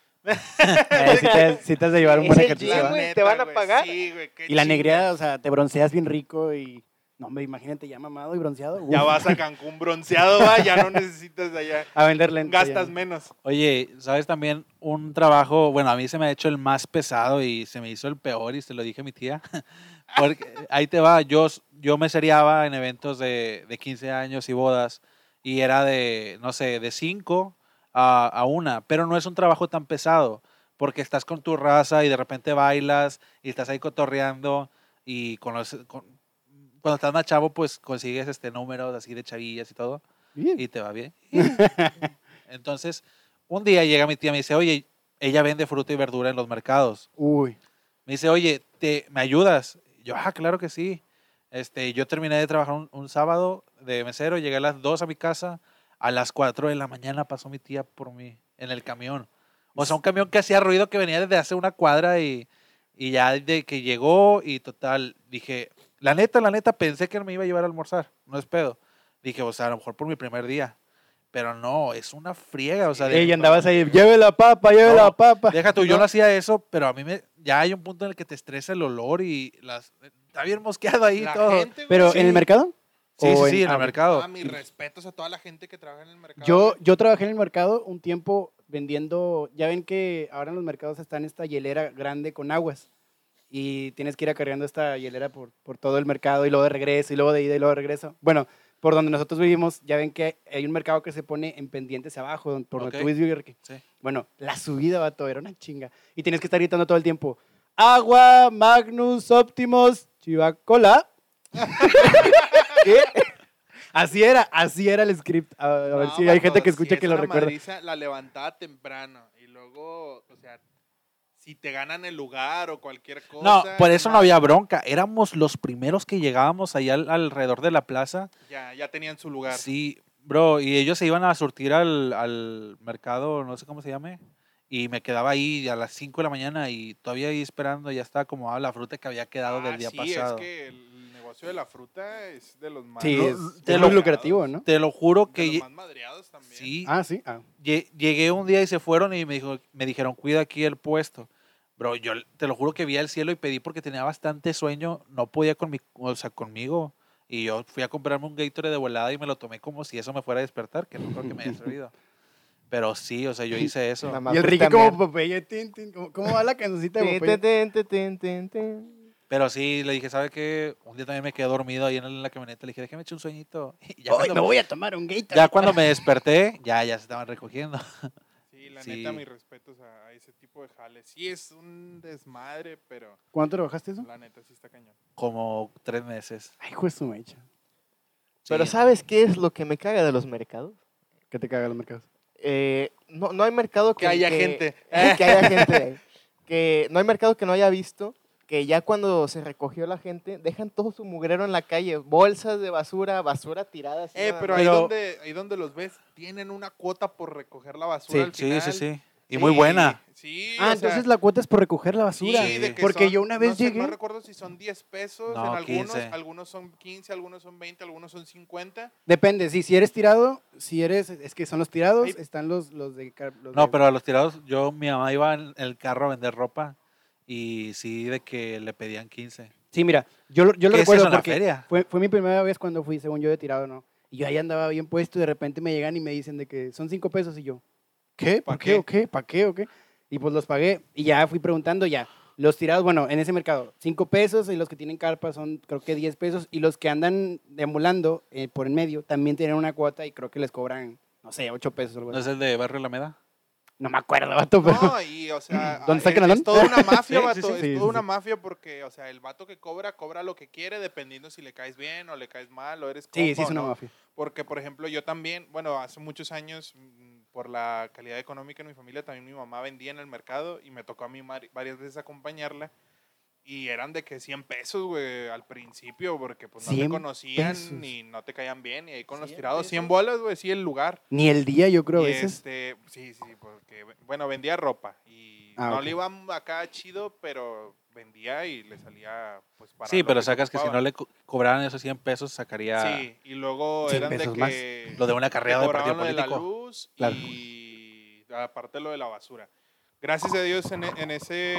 Speaker 1: Sí te has de llevar un
Speaker 2: Es
Speaker 1: buen
Speaker 2: el
Speaker 1: ejercicio.
Speaker 2: gym,
Speaker 1: ¿va?
Speaker 2: güey, te van a
Speaker 3: güey,
Speaker 2: pagar.
Speaker 3: Sí, güey, qué
Speaker 1: Y la
Speaker 3: chinga.
Speaker 1: negriada, o sea, te bronceas bien rico y... No, hombre, imagínate ya mamado y bronceado.
Speaker 3: Ya
Speaker 1: Uf.
Speaker 3: vas a Cancún bronceado, va, ya no necesitas de allá.
Speaker 1: A vender lentes.
Speaker 3: Gastas
Speaker 1: ya.
Speaker 3: menos.
Speaker 4: oye, ¿sabes también un trabajo? Bueno, a mí se me ha hecho el más pesado y se me hizo el peor y se lo dije a mi tía. Porque ahí te va, yo me seriaba en eventos de 15 años y bodas y era de, no sé, de 5 a 1, pero no es un trabajo tan pesado porque estás con tu raza y de repente bailas y estás ahí cotorreando y cuando estás más chavo pues consigues números así de chavillas y todo
Speaker 1: Bien.
Speaker 4: y te va bien. Entonces, un día llega mi tía y me dice, oye, ella vende fruta y verdura en los mercados.
Speaker 1: Uy.
Speaker 4: Me dice, oye, ¿me ayudas? Y yo, claro que sí. Yo terminé de trabajar un sábado de mesero, llegué a las 2 a mi casa, a las 4 de la mañana pasó mi tía por mí en el camión. O sea, un camión que hacía ruido que venía desde hace una cuadra y ya de que llegó y total, dije, la neta, pensé que me iba a llevar a almorzar, no es pedo. Dije, o sea, a lo mejor por mi primer día. Pero no, es una friega, o sea,
Speaker 1: Ey, andabas ahí, lleve la papa, lleve
Speaker 4: No,
Speaker 1: la papa.
Speaker 4: deja tú, yo
Speaker 1: No.
Speaker 4: no hacía eso, pero a mí ya hay un punto en el que te estresa el olor y está bien mosqueado ahí
Speaker 3: La
Speaker 4: todo.
Speaker 3: gente, güey,
Speaker 1: Pero,
Speaker 3: sí.
Speaker 1: ¿en el mercado?
Speaker 4: Sí,
Speaker 1: ¿O
Speaker 4: sí, en el
Speaker 1: ah,
Speaker 4: mercado.
Speaker 3: Mis respetos a toda la gente que trabaja en el mercado.
Speaker 1: Yo trabajé en el mercado un tiempo vendiendo, ya ven que ahora en los mercados están esta hielera grande con aguas. y tienes que ir acarreando esta hielera por todo el mercado y luego de regreso y luego de ida y luego de regreso. Bueno, por donde nosotros vivimos, ya ven que hay un mercado que se pone en pendientes abajo, por donde
Speaker 4: Ok.
Speaker 1: tú vives, Ricky.
Speaker 4: Sí.
Speaker 1: Bueno, la subida, vato, era una chinga. Y tienes que estar gritando todo el tiempo, agua, Magnus, Optimus, Chivacola. ¿Qué? Así era el script. A ver
Speaker 3: No,
Speaker 1: si hay
Speaker 3: vato,
Speaker 1: gente que
Speaker 3: si
Speaker 1: escucha
Speaker 3: es
Speaker 1: que lo
Speaker 3: una
Speaker 1: recuerda.
Speaker 3: madriza, la levantaba temprano y luego, o sea, si te ganan el lugar o cualquier cosa.
Speaker 4: No, por eso no
Speaker 3: nomás
Speaker 4: había bronca. Éramos los primeros que llegábamos allá alrededor de la plaza.
Speaker 3: Ya tenían su lugar.
Speaker 4: Sí, bro, y ellos se iban a surtir al mercado, no sé cómo se llame, y me quedaba ahí a las 5 de la mañana y todavía ahí esperando, ya estaba acomodada la fruta que había quedado del día
Speaker 3: sí,
Speaker 4: pasado.
Speaker 3: es que el negocio de la fruta es de los más.
Speaker 1: Sí,
Speaker 4: Lo-
Speaker 1: es
Speaker 4: te
Speaker 1: muy
Speaker 4: lo-
Speaker 1: lucrativo, ¿no?
Speaker 4: Te lo juro
Speaker 3: De
Speaker 4: que
Speaker 3: los más madreados también.
Speaker 4: sí,
Speaker 1: Ah, sí. Ah.
Speaker 4: llegué un día y se fueron y me dijeron, cuida aquí el puesto. Bro, yo te lo juro que vi al cielo y pedí porque tenía bastante sueño, no podía conmigo. Y yo fui a comprarme un Gatorade de volada y me lo tomé como si eso me fuera a despertar, que no creo que me haya servido. Pero sí, o sea, yo hice eso.
Speaker 2: Nada más
Speaker 1: Y el
Speaker 2: fuiste
Speaker 1: Ricky
Speaker 2: a
Speaker 1: como
Speaker 2: mear.
Speaker 1: Popeye, tin, tin, ¿cómo va la cancioncita de
Speaker 2: Tin,
Speaker 1: Popeye?
Speaker 2: tin, tin, tin, tin, tin.
Speaker 4: Pero sí, le dije, ¿sabe qué? Un día también me quedé dormido ahí en la camioneta. Le dije, déjame echar un sueñito. Y ya,
Speaker 1: Hoy
Speaker 4: cuando,
Speaker 1: me voy a tomar un Gatorade.
Speaker 4: ya cuando me desperté, ya se estaban recogiendo.
Speaker 3: Sí, la
Speaker 4: Sí.
Speaker 3: neta, mis respetos a ese tipo de jales. Sí, es un desmadre, pero
Speaker 1: ¿Cuánto trabajaste eso?
Speaker 3: la neta sí está cañón.
Speaker 4: Como 3 meses.
Speaker 1: Ay, juez su mecha.
Speaker 2: Pero
Speaker 4: Sí.
Speaker 2: ¿sabes qué es lo que me caga de los mercados?
Speaker 1: ¿Qué te caga los mercados?
Speaker 2: No hay mercado
Speaker 3: Que haya gente.
Speaker 2: que haya gente. Que no hay mercado que no haya visto que ya cuando se recogió la gente, dejan todo su mugrero en la calle, bolsas de basura, basura tirada. Así nada
Speaker 3: Pero,
Speaker 2: más.
Speaker 3: ahí donde los ves, tienen una cuota por recoger la basura
Speaker 4: Sí,
Speaker 3: al
Speaker 4: sí,
Speaker 3: final.
Speaker 4: sí, sí. Y
Speaker 3: Sí,
Speaker 4: muy buena.
Speaker 3: Sí,
Speaker 1: Ah,
Speaker 3: o sea,
Speaker 1: entonces la cuota es por recoger la basura.
Speaker 3: sí, de que
Speaker 1: Porque
Speaker 3: son-
Speaker 1: yo una vez
Speaker 3: no sé,
Speaker 1: llegué.
Speaker 3: no recuerdo si son 10 pesos
Speaker 4: No,
Speaker 3: en algunos,
Speaker 4: 15.
Speaker 3: algunos son 15, algunos son 20, algunos son 50.
Speaker 1: Depende, si eres tirado, es que son los tirados,
Speaker 3: Ay.
Speaker 1: están los de...
Speaker 4: No, pero a los tirados, mi mamá iba en el carro a vender ropa y sí, de que le pedían 15.
Speaker 1: Sí, mira, yo lo
Speaker 4: ¿Qué es
Speaker 1: recuerdo
Speaker 4: eso en la
Speaker 1: porque
Speaker 4: feria?
Speaker 1: fue mi primera vez cuando fui, según yo, de tirado, ¿no? Y yo ahí andaba bien puesto y de repente me llegan y me dicen de que son 5 pesos y yo, ¿qué?
Speaker 3: ¿Pa'
Speaker 1: ¿Por qué?
Speaker 3: qué?
Speaker 1: ¿O qué? ¿Para qué? ¿O qué? Y pues los pagué y ya fui preguntando ya. Los tirados, bueno, en ese mercado, 5 pesos y los que tienen carpa son creo que 10 pesos y los que andan deambulando por en medio también tienen una cuota y creo que les cobran, no sé, 8 pesos o algo
Speaker 4: ¿No
Speaker 1: así.
Speaker 4: es el de Barrio Alameda?
Speaker 1: No me acuerdo, vato, pero...
Speaker 3: No, y o sea,
Speaker 1: ¿Dónde está
Speaker 3: es
Speaker 1: Canalón?
Speaker 3: toda una mafia,
Speaker 4: Sí, sí,
Speaker 3: vato,
Speaker 4: sí.
Speaker 3: es
Speaker 1: Sí,
Speaker 3: toda
Speaker 1: sí,
Speaker 3: una
Speaker 1: sí.
Speaker 3: mafia porque, o sea, el vato que cobra lo que quiere dependiendo si le caes bien o le caes mal o eres
Speaker 1: Sí,
Speaker 3: compa
Speaker 1: sí, es
Speaker 3: o
Speaker 1: una
Speaker 3: no.
Speaker 1: mafia.
Speaker 3: Porque, por ejemplo, yo también, bueno, hace muchos años, por la calidad económica en mi familia, también mi mamá vendía en el mercado y me tocó a mí varias veces acompañarla. Y eran de que 100 pesos, güey, al principio, porque pues no te
Speaker 1: 100
Speaker 3: conocían
Speaker 1: pesos.
Speaker 3: ni no te caían bien. Y ahí con los
Speaker 1: 100
Speaker 3: tirados, 100
Speaker 1: pesos.
Speaker 3: bolas, güey, sí, el lugar.
Speaker 1: Ni el día, yo creo, a
Speaker 3: Y
Speaker 1: veces.
Speaker 3: sí, porque, bueno, vendía ropa. Y
Speaker 1: Ah,
Speaker 3: no
Speaker 1: ok.
Speaker 3: le iba acá chido, pero vendía y le salía, pues, para
Speaker 4: Sí,
Speaker 3: lo
Speaker 4: pero
Speaker 3: se
Speaker 4: sacas que si
Speaker 3: ocupaba.
Speaker 4: no le cobraran esos 100 pesos, sacaría
Speaker 3: Sí, y luego
Speaker 1: 100
Speaker 3: eran de
Speaker 1: pesos más.
Speaker 3: que
Speaker 4: lo de una
Speaker 3: te
Speaker 4: carrera de
Speaker 3: cobraban
Speaker 4: partido
Speaker 3: lo de la
Speaker 4: político.
Speaker 3: luz
Speaker 1: Claro.
Speaker 3: y aparte lo de la basura. Gracias a Dios en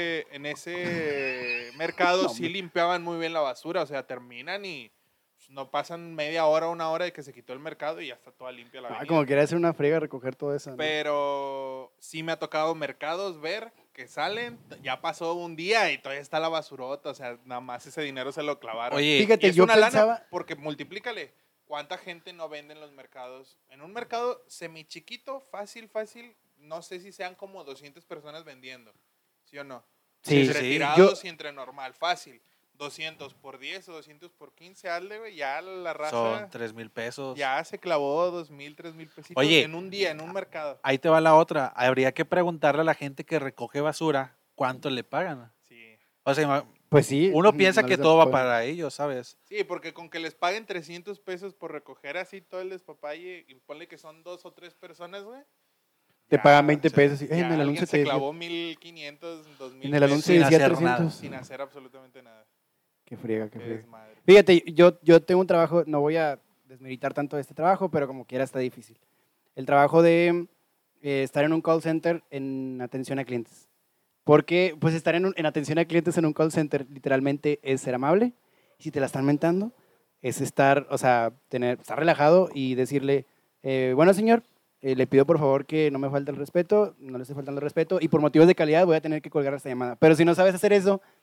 Speaker 3: ese mercado
Speaker 1: No,
Speaker 3: sí
Speaker 1: hombre.
Speaker 3: limpiaban muy bien la basura, o sea, terminan y pues, no pasan media hora, una hora de que se quitó el mercado y ya está toda limpia la
Speaker 1: Ah,
Speaker 3: avenida.
Speaker 1: como quería hacer una friega, recoger todo eso. ¿no?
Speaker 3: Pero sí me ha tocado mercados ver que salen, ya pasó un día y todavía está la basurota, o sea, nada más ese dinero se lo clavaron.
Speaker 4: Oye,
Speaker 1: Fíjate,
Speaker 3: Y es
Speaker 1: yo
Speaker 3: una
Speaker 1: pensaba...
Speaker 3: lana porque multiplícale. ¿Cuánta gente no vende en los mercados? En un mercado semi chiquito, fácil, no sé si sean como 200 personas vendiendo. ¿Sí o no?
Speaker 1: Sí,
Speaker 3: entre
Speaker 4: sí.
Speaker 3: tirados y entre normal, fácil. 200 por 10 o 200 por 15, hazle, güey, ya la raza
Speaker 4: son 3,000 pesos.
Speaker 3: ya se clavó 2,000, 3,000 pesitos
Speaker 4: Oye.
Speaker 3: en un día, en un mercado.
Speaker 4: Ahí te va la otra. Habría que preguntarle a la gente que recoge basura cuánto le pagan.
Speaker 3: Sí.
Speaker 4: O sea,
Speaker 1: Pues sí.
Speaker 4: uno piensa
Speaker 1: no
Speaker 4: que
Speaker 1: les
Speaker 4: todo va
Speaker 1: puede-
Speaker 4: para ellos, ¿sabes?
Speaker 3: Sí, porque con que les paguen 300 pesos por recoger así todo el despapalle y ponle que son 2 o 3 personas, güey.
Speaker 1: Te
Speaker 3: ya,
Speaker 1: pagan 20
Speaker 3: o sea,
Speaker 1: pesos.
Speaker 3: ya
Speaker 1: En el
Speaker 3: alguien
Speaker 1: anuncio
Speaker 3: se
Speaker 1: te decía...
Speaker 3: clavó 1,500, 2,000
Speaker 1: En el anuncio
Speaker 4: sin
Speaker 1: decía
Speaker 4: hacer nada.
Speaker 1: 300.
Speaker 3: sin hacer absolutamente nada.
Speaker 1: Qué friega, qué
Speaker 3: Qué
Speaker 1: friega.
Speaker 3: desmadre.
Speaker 1: Fíjate, yo tengo un trabajo, no voy a desmeritar tanto este trabajo, pero como quiera está difícil. El trabajo de estar en un call center en atención a clientes. Porque pues estar en atención a clientes en un call center literalmente es ser amable. Y si te la están mentando, es estar, o sea, estar relajado y decirle, bueno señor, le pido por favor que no me falte el respeto, no le estoy faltando el respeto y por motivos de calidad voy a tener que colgar esta llamada. Pero si no sabes hacer eso,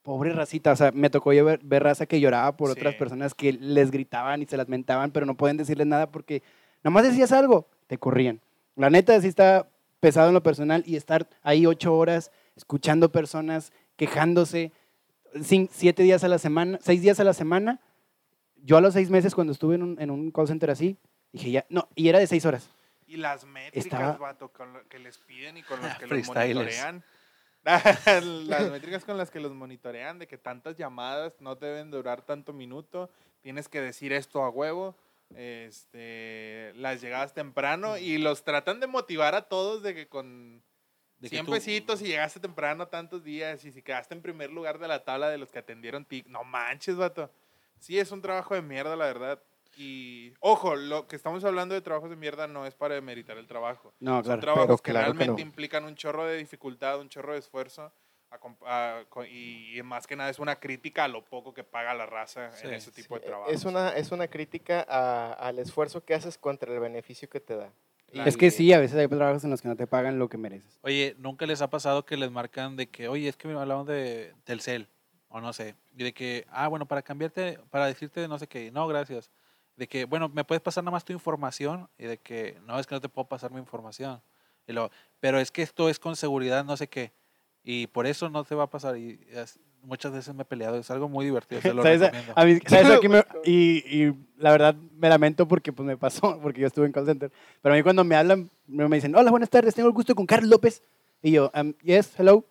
Speaker 1: pobre racita, o sea, me tocó ver raza que lloraba por
Speaker 3: Sí.
Speaker 1: otras personas que les gritaban y se las mentaban, pero no pueden decirles nada porque nomás decías algo, te corrían. La neta sí está pesado en lo personal y estar ahí 8 horas escuchando personas quejándose 7 días a la semana, 6 días a la semana. Yo a los 6 meses cuando estuve en un call center así, dije ya, no, y era de 6 horas.
Speaker 3: Y las métricas,
Speaker 1: Estaba-
Speaker 3: vato, con lo que les piden y con los que los
Speaker 4: Freestylers.
Speaker 3: monitorean. Las métricas con las que los monitorean, de que tantas llamadas no deben durar tanto minuto, tienes que decir esto a huevo, las llegadas temprano, y los tratan de motivar a todos de que con
Speaker 4: De que
Speaker 3: 100
Speaker 4: tú-
Speaker 3: pesitos si llegaste temprano tantos días y si quedaste en primer lugar de la tabla de los que atendieron TIC. No manches, vato. Sí, es un trabajo de mierda, la verdad. Y, ojo, lo que estamos hablando de trabajos de mierda no es para demeritar el trabajo.
Speaker 1: No,
Speaker 3: Son
Speaker 1: claro.
Speaker 3: trabajos
Speaker 2: Pero
Speaker 3: que
Speaker 2: claro que
Speaker 3: realmente
Speaker 2: no.
Speaker 3: implican un chorro de dificultad, un chorro de esfuerzo. Y más que nada es una crítica a lo poco que paga la raza en
Speaker 4: Sí,
Speaker 3: ese tipo de trabajo.
Speaker 2: Es una crítica al esfuerzo que haces contra el beneficio que te da.
Speaker 1: Es que sí, a veces hay trabajos en los que no te pagan lo que mereces.
Speaker 4: Oye, ¿nunca les ha pasado que les marcan de que, oye, es que me hablamos de Telcel, o no sé, y de que, bueno, para cambiarte, para decirte no sé qué, no, gracias. De que, bueno, ¿me puedes pasar nada más tu información? Y de que, no, es que no te puedo pasar mi información. Pero es que esto es con seguridad, no sé qué. Y por eso no te va a pasar. Y muchas veces me he peleado, es algo muy divertido, te lo
Speaker 1: ¿Sabes?
Speaker 4: recomiendo.
Speaker 1: A mí, ¿sabes? Aquí y la verdad me lamento porque pues me pasó, porque yo estuve en call center. Pero a mí cuando me hablan, me dicen, hola, buenas tardes, tengo el gusto con Carlos López. Y yo, yes, hello.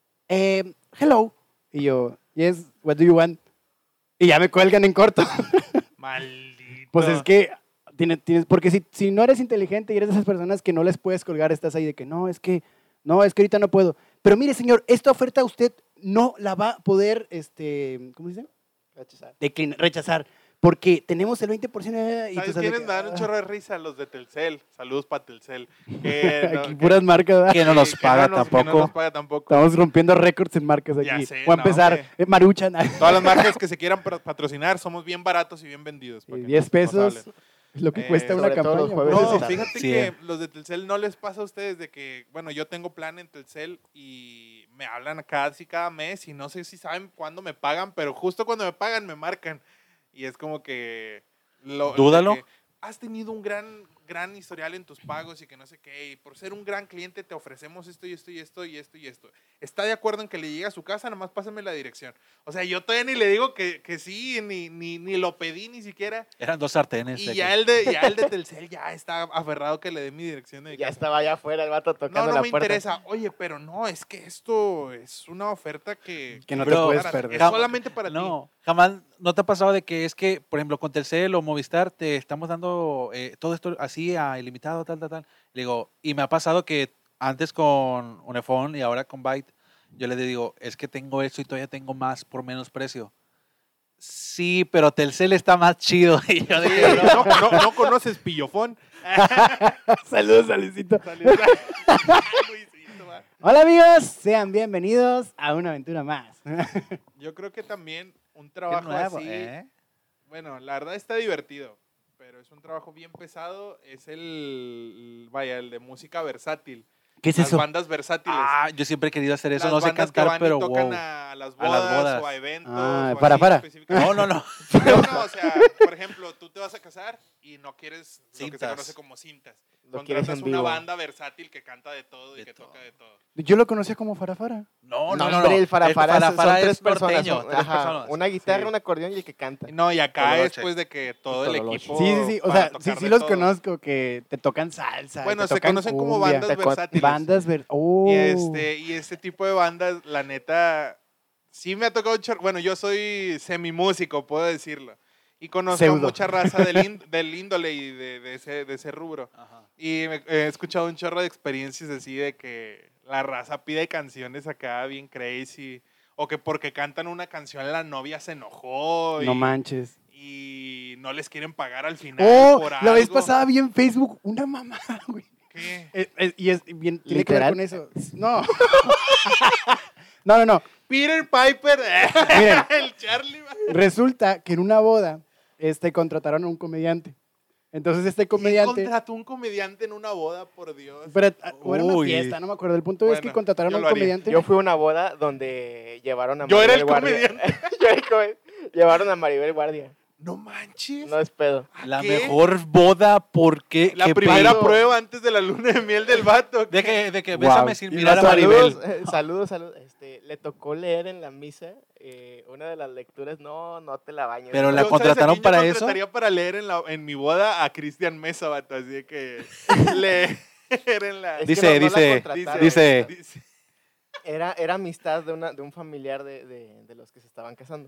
Speaker 1: Hello. Y yo, yes, what do you want? Y ya me cuelgan en corto.
Speaker 3: Maldito.
Speaker 1: Pues es que tienes, porque si no eres inteligente y eres de esas personas que no les puedes colgar, estás ahí de que no, es que ahorita no puedo. Pero mire, señor, esta oferta usted no la va a poder, ¿cómo se dice? Rechazar. Porque tenemos el 20% y
Speaker 3: ¿Sabes
Speaker 1: tú sabes
Speaker 3: quiénes
Speaker 1: que,
Speaker 3: me dan un chorro de risa? Los de Telcel. Saludos para Telcel. Que no-
Speaker 1: aquí
Speaker 3: que-
Speaker 1: puras marcas, ¿verdad?
Speaker 4: Que no nos
Speaker 3: que
Speaker 4: paga
Speaker 3: no nos
Speaker 4: tampoco.
Speaker 3: paga tampoco.
Speaker 1: Estamos rompiendo récords en marcas
Speaker 3: Ya
Speaker 1: aquí.
Speaker 3: sé,
Speaker 1: Voy a
Speaker 3: no,
Speaker 1: empezar,
Speaker 3: hombre.
Speaker 1: Maruchan,
Speaker 3: Todas las marcas que se quieran patrocinar, somos bien baratos y bien vendidos. para que
Speaker 1: 10
Speaker 3: nos
Speaker 1: pesos
Speaker 3: hablen.
Speaker 1: es lo que cuesta una
Speaker 2: sobre todo los
Speaker 1: campaña.
Speaker 2: jueves
Speaker 1: pues.
Speaker 3: No,
Speaker 2: de tarde.
Speaker 3: fíjate
Speaker 4: Sí,
Speaker 3: que los de Telcel no les pasa a ustedes de que, bueno, yo tengo plan en Telcel y me hablan cada mes y no sé si saben cuándo me pagan, pero justo cuando me pagan me marcan. Y es como que...
Speaker 4: Dúdalo.
Speaker 3: de que has tenido un gran historial en tus pagos y que no sé qué, y por ser un gran cliente te ofrecemos esto y esto y esto y esto y esto. ¿Está de acuerdo en que le llegue a su casa? Nada más pásame la dirección. O sea, yo todavía ni le digo que sí, ni lo pedí ni siquiera.
Speaker 4: Eran 2 sartenes.
Speaker 3: Y
Speaker 4: de
Speaker 3: ya
Speaker 4: que-
Speaker 3: el de Telcel ya está aferrado que le dé mi dirección de
Speaker 2: Ya
Speaker 3: casa.
Speaker 2: estaba allá afuera el vato tocando
Speaker 3: No
Speaker 2: la
Speaker 3: me
Speaker 2: puerta.
Speaker 3: interesa. Oye, pero no, es que esto es una oferta que
Speaker 1: Que no
Speaker 4: te
Speaker 1: puedes
Speaker 3: Es
Speaker 1: perder.
Speaker 3: solamente para ti.
Speaker 4: No, jamás, ¿no te ha pasado de que es que, por ejemplo, con Telcel o Movistar te estamos dando todo esto así a ilimitado, tal? Le digo, y me ha pasado que antes con Unifón y ahora con Byte, yo les digo, es que tengo esto y todavía tengo más por menos precio. Sí, pero Telcel está más chido. Y yo digo,
Speaker 3: No conoces Pillofón.
Speaker 1: Saludos a Luisito.
Speaker 3: Luisito, va.
Speaker 1: Hola amigos, sean bienvenidos a una aventura más.
Speaker 3: Yo creo que también un
Speaker 4: qué
Speaker 3: trabajo
Speaker 4: nuevo,
Speaker 3: así,
Speaker 4: ¿eh?
Speaker 3: bueno, la verdad está divertido, pero es un trabajo bien pesado, es el de música versátil.
Speaker 1: ¿Qué es
Speaker 3: Las
Speaker 1: eso?
Speaker 3: bandas versátiles.
Speaker 4: Yo siempre he querido hacer eso,
Speaker 3: Las
Speaker 4: no sé
Speaker 3: bandas que
Speaker 4: cantar,
Speaker 3: van y
Speaker 4: pero
Speaker 3: tocan
Speaker 4: wow.
Speaker 3: a las
Speaker 4: A las
Speaker 3: bodas
Speaker 4: bodas.
Speaker 3: o a eventos.
Speaker 1: Ah,
Speaker 3: o
Speaker 1: para,
Speaker 3: así
Speaker 1: para.
Speaker 3: específicamente.
Speaker 4: No.
Speaker 3: No, o sea, por ejemplo, tú te vas a casar y no quieres lo que se
Speaker 4: Cintas.
Speaker 3: conoce como cintas.
Speaker 2: Lo quieres
Speaker 3: Contratas
Speaker 2: en
Speaker 3: una
Speaker 2: vivo.
Speaker 3: banda versátil que canta de todo y
Speaker 4: De
Speaker 3: que
Speaker 4: todo.
Speaker 3: toca de todo.
Speaker 1: Yo lo conocía como Farafara.
Speaker 4: No.
Speaker 2: Hombre, el farafara, son tres
Speaker 4: es
Speaker 2: personas.
Speaker 4: norteño, tres
Speaker 2: Ajá,
Speaker 4: personas.
Speaker 2: una guitarra,
Speaker 3: Sí.
Speaker 2: un acordeón y el que canta.
Speaker 3: No, y acá
Speaker 4: Tololoche.
Speaker 3: es pues de que todo el
Speaker 2: Tololoche.
Speaker 3: equipo.
Speaker 1: Sí. O
Speaker 3: para
Speaker 1: sea,
Speaker 3: tocar
Speaker 1: sí
Speaker 3: de
Speaker 1: los
Speaker 3: todo.
Speaker 1: conozco, que te tocan salsa.
Speaker 3: Bueno,
Speaker 1: te
Speaker 3: se
Speaker 1: tocan
Speaker 3: conocen como
Speaker 1: cumbia.
Speaker 3: bandas versátiles.
Speaker 1: Bandas Oh.
Speaker 3: Y este tipo de bandas, la neta, sí me ha tocado bueno, yo soy semimúsico, puedo decirlo. Y conozco
Speaker 1: Pseudo.
Speaker 3: mucha raza del índole y de ese rubro.
Speaker 4: Ajá.
Speaker 3: Y he escuchado un chorro de experiencias así de que la raza pide canciones acá bien crazy. O que porque cantan una canción la novia se enojó.
Speaker 1: No manches.
Speaker 3: Y no les quieren pagar al final por
Speaker 1: La vez
Speaker 3: algo.
Speaker 1: pasada vi en Facebook una mamada, güey.
Speaker 3: ¿Qué?
Speaker 1: Y es bien, tiene que ver
Speaker 2: ¿Literal?
Speaker 1: con eso. No. No.
Speaker 3: Peter Piper.
Speaker 1: Miren.
Speaker 3: El Charlie.
Speaker 1: Resulta que en una boda contrataron a un comediante. Entonces este
Speaker 3: ¿Quién
Speaker 1: comediante...
Speaker 3: contrató un comediante en una boda, por Dios?
Speaker 1: Pero, o era una
Speaker 4: Uy.
Speaker 1: fiesta, no me acuerdo. El punto es que
Speaker 3: Bueno,
Speaker 1: contrataron
Speaker 3: yo
Speaker 1: a un
Speaker 3: lo haría.
Speaker 1: comediante.
Speaker 2: Yo fui a una boda donde llevaron a
Speaker 3: Yo era el
Speaker 2: Maribel Guardia. Yo era el llevaron a Maribel Guardia.
Speaker 3: No manches.
Speaker 2: No es pedo.
Speaker 4: La
Speaker 3: ¿Qué?
Speaker 4: mejor boda porque...
Speaker 3: La
Speaker 4: qué
Speaker 3: primera
Speaker 4: pedo.
Speaker 3: prueba antes de la luna de miel del vato.
Speaker 4: De que
Speaker 1: Wow.
Speaker 4: bésame sin
Speaker 1: Y
Speaker 4: mirar a
Speaker 1: los
Speaker 4: Maribel.
Speaker 2: Saludos. Le tocó leer en la misa una de las lecturas. No te la bañes.
Speaker 4: Pero
Speaker 2: ¿no?
Speaker 4: la
Speaker 3: Yo, ¿sabes a
Speaker 4: contrataron
Speaker 3: quién yo
Speaker 4: para eso?
Speaker 3: contrataría para leer en mi boda a Cristian Mesa, vato. Así de que leer en la...
Speaker 2: Es que
Speaker 4: Dice,
Speaker 2: no la
Speaker 4: dice,
Speaker 2: contrataron.
Speaker 4: dice.
Speaker 2: Era amistad de un familiar de los que se estaban casando.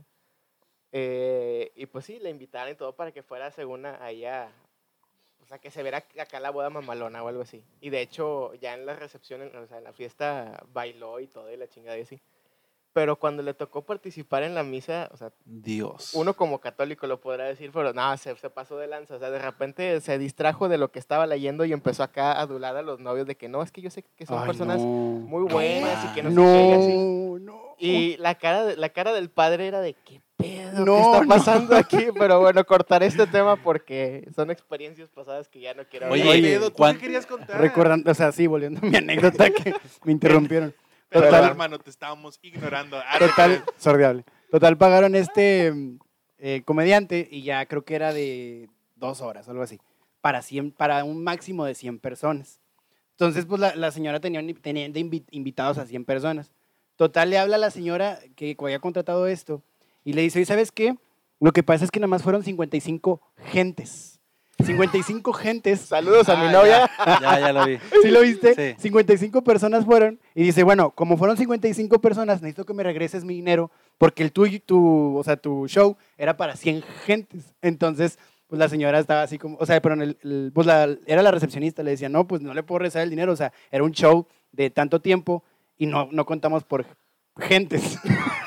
Speaker 2: Y pues sí, le invitaron y todo para que fuera según allá, o sea, que se viera acá la boda mamalona o algo así. Y de hecho, ya en la recepción, o sea, en la fiesta bailó y todo y la chingada y así. Pero cuando le tocó participar en la misa, o sea,
Speaker 4: Dios.
Speaker 2: uno como católico lo podrá decir, pero nada, se pasó de lanza. O sea, de repente se distrajo de lo que estaba leyendo y empezó acá a adular a los novios de que no, es que yo sé que son
Speaker 1: Ay,
Speaker 2: personas
Speaker 1: no.
Speaker 2: muy buenas y que no sé qué y así.
Speaker 1: No.
Speaker 2: Y la cara del padre era de qué pedo,
Speaker 1: No,
Speaker 2: qué está
Speaker 1: no.
Speaker 2: pasando aquí. Pero bueno, cortaré este tema porque son experiencias pasadas que ya no quiero
Speaker 4: Oye,
Speaker 2: hablar.
Speaker 3: Oye, ¿tú
Speaker 4: ¿cuán-
Speaker 3: qué querías contar?
Speaker 1: Recordando, o sea, sí, volviendo a mi anécdota que me interrumpieron.
Speaker 3: Pero,
Speaker 1: Total.
Speaker 3: hermano, te estábamos ignorando.
Speaker 1: Total, sordiable. Total, pagaron comediante y ya creo que era de 2 horas, algo así, para un máximo de 100 personas. Entonces, pues la señora tenía invitados a 100 personas. Total, le habla a la señora que había contratado esto y le dice, oye, ¿sabes qué? Lo que pasa es que nada más fueron 55 gentes. 55 gentes.
Speaker 2: Saludos a mi novia.
Speaker 4: Ya lo vi.
Speaker 1: ¿Sí lo viste?
Speaker 4: Sí.
Speaker 1: 55 personas fueron y dice, bueno, como fueron 55 personas, necesito que me regreses mi dinero porque o sea, tu show era para 100 gentes. Entonces, pues la señora estaba así como, o sea, pero era la recepcionista, le decía, no, pues no le puedo regresar el dinero, o sea, era un show de tanto tiempo y no contamos por gentes.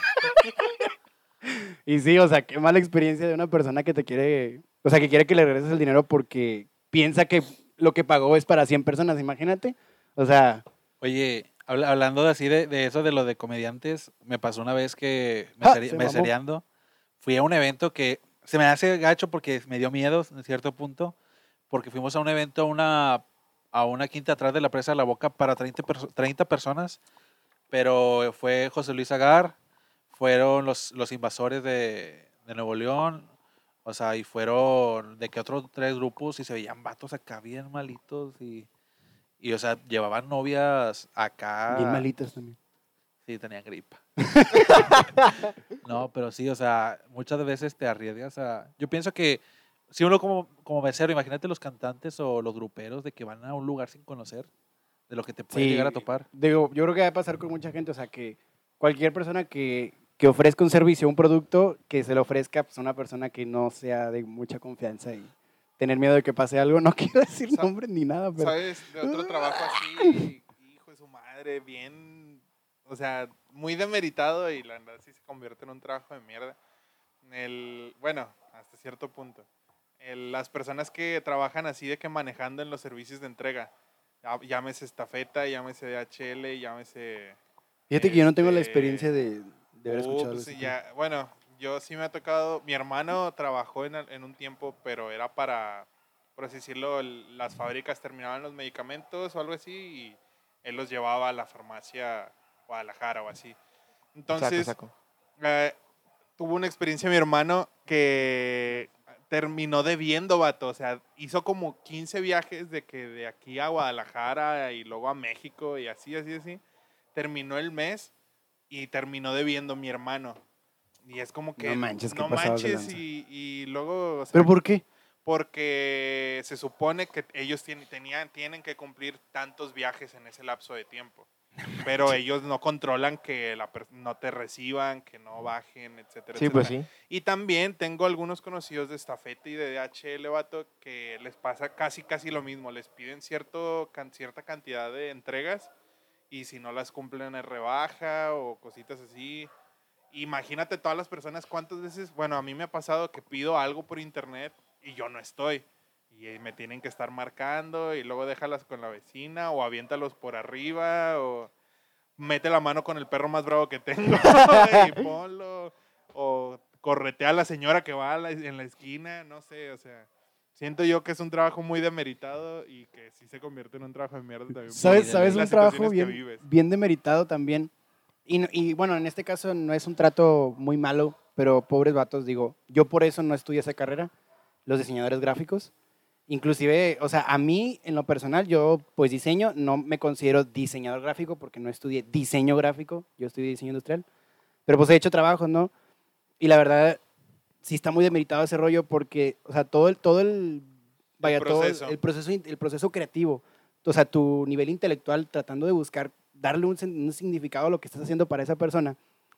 Speaker 1: Y sí, o sea, qué mala experiencia de una persona que te quiere, o sea, que quiere que le regreses el dinero porque piensa que lo que pagó es para 100 personas, imagínate. O sea,
Speaker 4: Oye, hablando de así de eso de lo de comediantes, me pasó una vez que
Speaker 1: Se mamó.
Speaker 4: mesereando, fui a un evento que se me hace gacho porque me dio miedo en cierto punto, porque fuimos a un evento a una quinta atrás de la presa de la Boca para 30 personas, pero fue José Luis Agar, fueron los invasores de Nuevo León, o sea, y fueron de que otros 3 grupos y se veían vatos acá bien malitos y o sea, llevaban novias acá.
Speaker 1: bien malitas también.
Speaker 4: Sí, tenían gripa. No, pero sí, o sea, muchas veces te arriesgas a... Yo pienso que si uno como mesero, imagínate los cantantes o los gruperos de que van a un lugar sin conocer, de lo que te puede
Speaker 1: Sí,
Speaker 4: llegar a topar.
Speaker 1: Digo, yo creo que va a pasar con mucha gente, o sea, que cualquier persona que ofrezca un servicio, un producto, que se lo ofrezca pues, a una persona que no sea de mucha confianza y tener miedo de que pase algo. No quiero decir nombres ni nada, pero...
Speaker 3: ¿Sabes? De otro trabajo así, hijo de su madre, bien, o sea, muy demeritado y la verdad sí se convierte en un trabajo de mierda. Bueno, hasta cierto punto. Las personas que trabajan así de que manejando en los servicios de entrega, llámese estafeta, llámese DHL, llámese...
Speaker 1: Fíjate que yo no tengo la experiencia de haber escuchado
Speaker 3: pues
Speaker 1: eso.
Speaker 3: ya, bueno, yo sí me ha tocado, mi hermano trabajó en un tiempo, pero era para, por así decirlo, las fábricas terminaban los medicamentos o algo así y él los llevaba a la farmacia Guadalajara o así. Entonces,
Speaker 2: Saco.
Speaker 3: tuvo una experiencia mi hermano que terminó debiendo, vato. O sea, hizo como 15 viajes de aquí a Guadalajara y luego a México y así. Terminó el mes y terminó debiendo mi hermano. Y es como que...
Speaker 1: No manches, qué
Speaker 3: no
Speaker 1: pasados de
Speaker 3: manches
Speaker 1: lanza.
Speaker 3: y luego... o sea,
Speaker 1: ¿Pero por qué?
Speaker 3: porque se supone que ellos tienen que cumplir tantos viajes en ese lapso de tiempo. Pero ellos no controlan que no te reciban, que no bajen, etcétera,
Speaker 2: Sí, pues
Speaker 3: etcétera.
Speaker 2: sí.
Speaker 3: Y también tengo algunos conocidos de estafeta y de DHL, vato, que les pasa casi lo mismo. Les piden cierta cantidad de entregas y si no las cumplen es rebaja o cositas así. Imagínate todas las personas cuántas veces, bueno, a mí me ha pasado que pido algo por internet y yo no estoy. Y me tienen que estar marcando y luego déjalas con la vecina o aviéntalos por arriba o mete la mano con el perro más bravo que tengo y ponlo o corretea a la señora que va en la esquina, no sé, o sea, Siento yo que es un trabajo muy demeritado y que sí se convierte en un trabajo de mierda también.
Speaker 1: ¿Sabes,
Speaker 4: de
Speaker 1: sabes
Speaker 4: ley.
Speaker 1: un
Speaker 3: Las
Speaker 1: trabajo
Speaker 3: situaciones que
Speaker 1: bien,
Speaker 3: vives.
Speaker 1: bien demeritado también? Y bueno, en este caso no es un trato muy malo, pero pobres vatos, digo, yo por eso no estudié esa carrera, los diseñadores gráficos. Inclusive, o sea, a mí en lo personal, yo pues diseño, no me considero diseñador gráfico porque no estudié diseño gráfico, yo estudié diseño industrial, pero pues he hecho trabajos, ¿no? Y la verdad, sí está muy demeritado ese rollo porque, o sea, vaya, todo
Speaker 3: proceso.
Speaker 1: el proceso creativo, o sea, tu nivel intelectual tratando de buscar darle un significado a lo que estás haciendo para esa persona,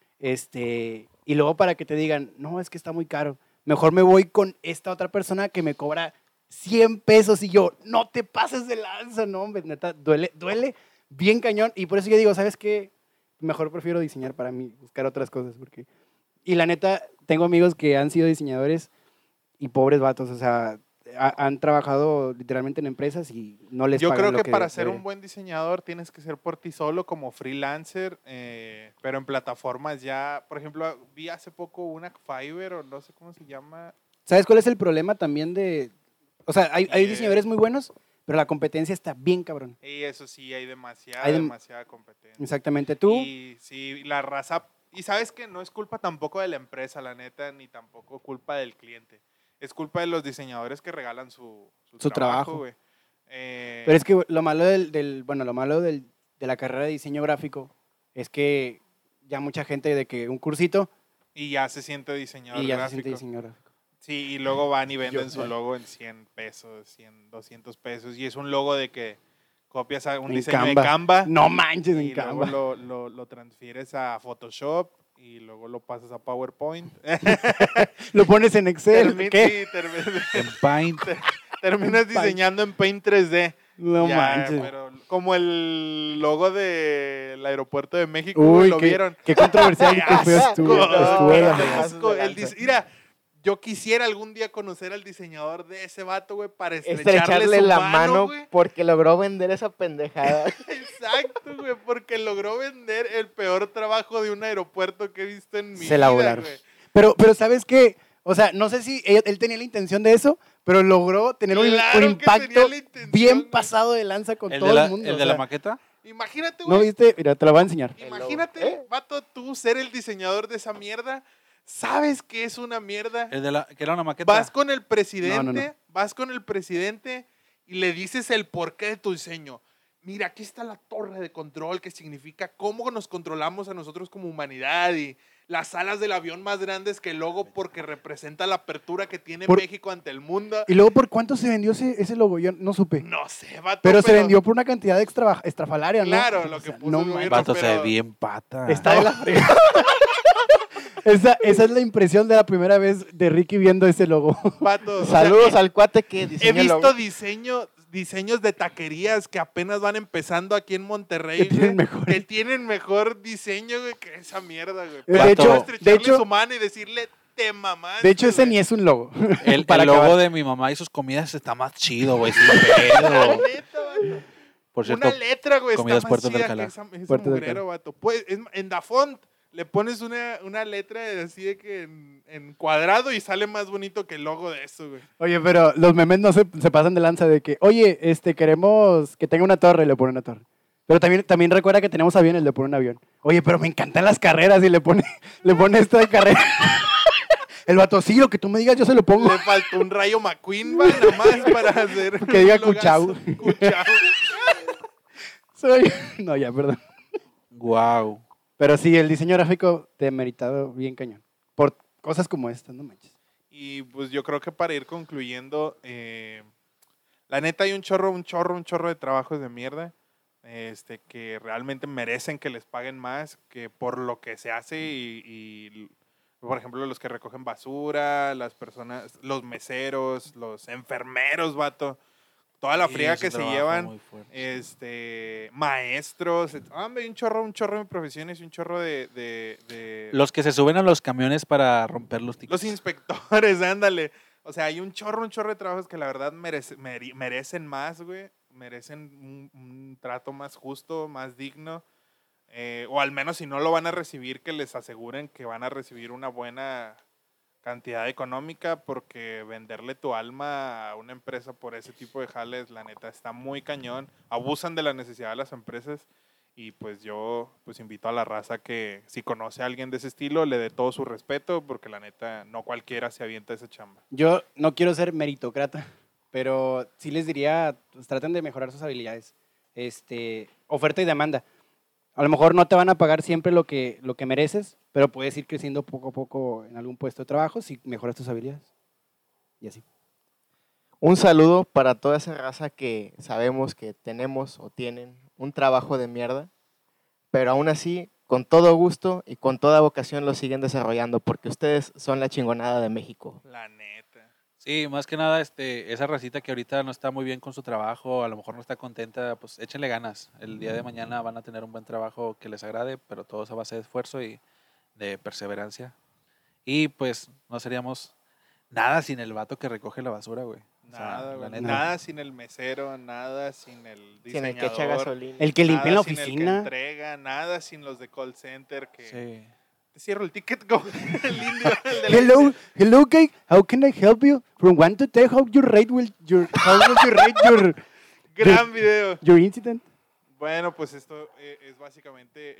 Speaker 1: y luego para que te digan, no, es que está muy caro, mejor me voy con esta otra persona que me cobra 100 pesos y yo, no te pases de lanza, no, hombre, neta, duele bien cañón y por eso yo digo, ¿sabes qué? Mejor prefiero diseñar para mí, buscar otras cosas, porque... Y la neta, tengo amigos que han sido diseñadores y pobres vatos, o sea, han trabajado literalmente en empresas y no les
Speaker 3: Yo
Speaker 1: pagan
Speaker 3: creo
Speaker 1: lo
Speaker 3: que
Speaker 1: que
Speaker 3: para ser
Speaker 1: debería.
Speaker 3: un buen diseñador tienes que ser por ti solo como freelancer, pero en plataformas ya, por ejemplo, vi hace poco una Fiverr o no sé cómo se llama.
Speaker 1: ¿Sabes cuál es el problema también de...? O sea, hay
Speaker 3: Y,
Speaker 1: diseñadores muy buenos, pero la competencia está bien cabrón.
Speaker 3: y eso sí, hay demasiada,
Speaker 1: Hay dem-
Speaker 3: demasiada competencia.
Speaker 1: Exactamente. Tú,
Speaker 3: Y sí, la raza, y sabes que no es culpa tampoco de la empresa, la neta, ni tampoco culpa del cliente. Es culpa de los diseñadores que regalan su
Speaker 1: Su trabajo.
Speaker 3: güey.
Speaker 1: pero es que lo malo lo malo de la carrera de diseño gráfico es que ya mucha gente de que un cursito
Speaker 3: Y ya se siente diseñador
Speaker 1: y ya se
Speaker 3: gráfico.
Speaker 1: siente diseño gráfico.
Speaker 3: Sí, y luego van y venden
Speaker 1: Yo-
Speaker 3: su logo en 100 pesos, 100, 200 pesos. Y es un logo de que copias un
Speaker 1: En
Speaker 3: diseño
Speaker 1: Canva.
Speaker 3: de Canva
Speaker 1: No manches,
Speaker 3: y
Speaker 1: en
Speaker 3: luego
Speaker 1: Canva.
Speaker 3: lo transfieres a Photoshop y luego lo pasas a PowerPoint.
Speaker 1: Lo pones en Excel. ¿Qué?
Speaker 3: Sí,
Speaker 4: En Paint.
Speaker 3: terminas
Speaker 1: En Paint.
Speaker 3: diseñando en Paint 3D.
Speaker 1: No
Speaker 3: Ya,
Speaker 1: manches.
Speaker 3: pero como el logo del aeropuerto de México, güey,
Speaker 1: Uy,
Speaker 3: lo vieron.
Speaker 1: qué controversial y
Speaker 3: ¡Qué
Speaker 1: qué feo
Speaker 3: asco!
Speaker 1: estuvo.
Speaker 2: No,
Speaker 1: Estuvo de la
Speaker 2: qué
Speaker 1: fregada.
Speaker 2: asco.
Speaker 3: Mira, yo quisiera algún día conocer al diseñador de ese vato, güey, para
Speaker 2: Estrecharle
Speaker 3: su
Speaker 2: la mano
Speaker 3: güey.
Speaker 2: porque logró vender esa pendejada.
Speaker 3: Exacto, güey, porque logró vender el peor trabajo de un aeropuerto que he visto en mi
Speaker 1: Se
Speaker 3: vida,
Speaker 1: la volaron.
Speaker 3: güey.
Speaker 1: Pero ¿sabes qué? O sea, no sé si él tenía la intención de eso, pero logró tener un
Speaker 3: Claro que
Speaker 1: impacto
Speaker 3: tenía la intención,
Speaker 1: bien
Speaker 3: güey.
Speaker 1: pasado de lanza con
Speaker 4: ¿El
Speaker 1: todo
Speaker 4: de
Speaker 1: el mundo.
Speaker 4: el
Speaker 1: o
Speaker 4: de la
Speaker 1: sea,
Speaker 4: maqueta?
Speaker 3: Imagínate,
Speaker 1: ¿no
Speaker 3: güey.
Speaker 1: viste? Mira, te lo voy a enseñar.
Speaker 3: Imagínate,
Speaker 2: ¿Eh?
Speaker 3: vato, tú ser el diseñador de esa mierda. ¿Sabes qué es una mierda?
Speaker 4: Que era una maqueta.
Speaker 3: Vas con el presidente,
Speaker 1: No.
Speaker 3: vas con el presidente y le dices el porqué de tu diseño. Mira, aquí está la torre de control que significa cómo nos controlamos a nosotros como humanidad y las alas del avión más grandes que el logo porque representa la apertura que tiene México ante el mundo.
Speaker 1: Y luego, ¿por cuánto se vendió ese logo? Yo no supe.
Speaker 3: No sé, vato.
Speaker 1: pero se vendió por una cantidad estrafalaria, ¿no?
Speaker 3: Claro, lo
Speaker 1: O sea,
Speaker 3: que puso
Speaker 1: no
Speaker 3: el
Speaker 1: manches.
Speaker 3: gobierno.
Speaker 4: Vato se ve
Speaker 3: pero-
Speaker 4: bien pata.
Speaker 1: Está de la fregada. esa es la impresión de la primera vez de Ricky viendo ese logo.
Speaker 3: Vato, o sea,
Speaker 2: Saludos al cuate que
Speaker 3: he
Speaker 2: diseñó el
Speaker 3: visto
Speaker 2: logo.
Speaker 3: diseños de taquerías que apenas van empezando aquí en Monterrey,
Speaker 1: Que tienen
Speaker 3: güey,
Speaker 1: mejor-
Speaker 3: que tienen mejor diseño, güey, que esa mierda, güey.
Speaker 1: De
Speaker 3: Pero
Speaker 4: hecho-
Speaker 3: tú estrecharle
Speaker 1: de hecho-
Speaker 3: su mano y decirle, te mamaste,
Speaker 1: De hecho, ese
Speaker 3: güey".
Speaker 1: ni es un logo.
Speaker 4: El
Speaker 1: Para
Speaker 4: logo
Speaker 1: acabar.
Speaker 4: de mi mamá y sus comidas está más chido, güey. Sin
Speaker 3: La
Speaker 4: pedo.
Speaker 3: neta, vato.
Speaker 4: Por cierto,
Speaker 3: Una letra, güey, está
Speaker 4: comidas
Speaker 3: más
Speaker 4: Puertos del
Speaker 3: chida que
Speaker 4: Alcalá.
Speaker 3: ese
Speaker 1: Puertos del
Speaker 3: mugrero, vato. Pues, en Dafont le pones una letra así de que en cuadrado y sale más bonito que el logo de eso, güey.
Speaker 1: Oye, pero los memes no se pasan de lanza de que, oye, queremos que tenga una torre y le pone una torre. Pero también recuerda que tenemos aviones, le pone un avión. Oye, pero me encantan las carreras y le pone esta de carrera. El vato, sí, lo que tú me digas, yo se lo pongo.
Speaker 3: Le faltó un rayo McQueen, va, nada más para hacer.
Speaker 1: Que diga
Speaker 3: un logazo.
Speaker 1: Cuchao.
Speaker 3: Cuchao.
Speaker 1: No, ya, perdón.
Speaker 4: Wow.
Speaker 1: Pero sí, el diseño gráfico demeritado bien cañón. Por cosas como estas, no manches.
Speaker 3: Y pues yo creo que para ir concluyendo, la neta hay un chorro de trabajos de mierda que realmente merecen que les paguen más que por lo que se hace y por ejemplo, los que recogen basura, las personas, los meseros, los enfermeros, vato. Toda la
Speaker 4: Sí,
Speaker 3: friega
Speaker 4: es un
Speaker 3: que se
Speaker 4: trabajo
Speaker 3: llevan,
Speaker 4: muy fuerte.
Speaker 3: maestros, hombre, hay un chorro de profesiones y un chorro de
Speaker 4: Los que se suben a los camiones para romper los tickets.
Speaker 3: los inspectores, ándale. O sea, hay un chorro de trabajos que la verdad merecen más, güey. Merecen un trato más justo, más digno. O al menos si no lo van a recibir, que les aseguren que van a recibir una buena cantidad económica, porque venderle tu alma a una empresa por ese tipo de jales, la neta, está muy cañón. Abusan de la necesidad de las empresas y pues yo pues invito a la raza que si conoce a alguien de ese estilo, le dé todo su respeto, porque la neta, no cualquiera se avienta esa chamba.
Speaker 1: Yo no quiero ser meritocrata, pero sí les diría, pues, traten de mejorar sus habilidades. Oferta y demanda. A lo mejor no te van a pagar siempre lo que mereces, pero puedes ir creciendo poco a poco en algún puesto de trabajo si mejoras tus habilidades. Y así.
Speaker 2: Un saludo para toda esa raza que sabemos que tenemos o tienen un trabajo de mierda, pero aún así, con todo gusto y con toda vocación lo siguen desarrollando, porque ustedes son la chingonada de México.
Speaker 3: La neta.
Speaker 4: Sí, más que nada, esa racita que ahorita no está muy bien con su trabajo, a lo mejor no está contenta, pues échenle ganas. El día de mañana van a tener un buen trabajo que les agrade, pero todo es a base de esfuerzo y de perseverancia. Y pues no seríamos nada sin el vato que recoge la basura, güey. O sea,
Speaker 3: Nada,
Speaker 4: la
Speaker 3: güey.
Speaker 4: neta.
Speaker 3: Nada sin el mesero, nada sin el
Speaker 2: Sin el
Speaker 3: diseñador.
Speaker 2: que echa gasolina.
Speaker 1: El que limpia en la
Speaker 3: nada sin el que
Speaker 1: oficina.
Speaker 3: entrega, nada sin los de call center que
Speaker 4: Sí.
Speaker 3: te cierro el ticket como el indio. El de la-
Speaker 1: Hello, guy. How can I help you? From 1 to 10, how would you rate
Speaker 3: Gran video.
Speaker 1: your incident?
Speaker 3: Bueno, pues esto es básicamente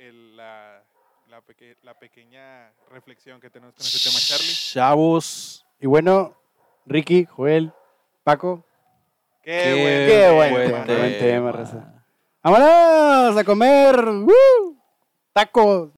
Speaker 3: la pequeña reflexión que tenemos con este tema, Charlie.
Speaker 4: Chavos.
Speaker 1: Y bueno, Ricky, Joel, Paco,
Speaker 2: Qué buen
Speaker 1: tema, raza. ¡vámonos a comer! ¡Woo! ¡Tacos!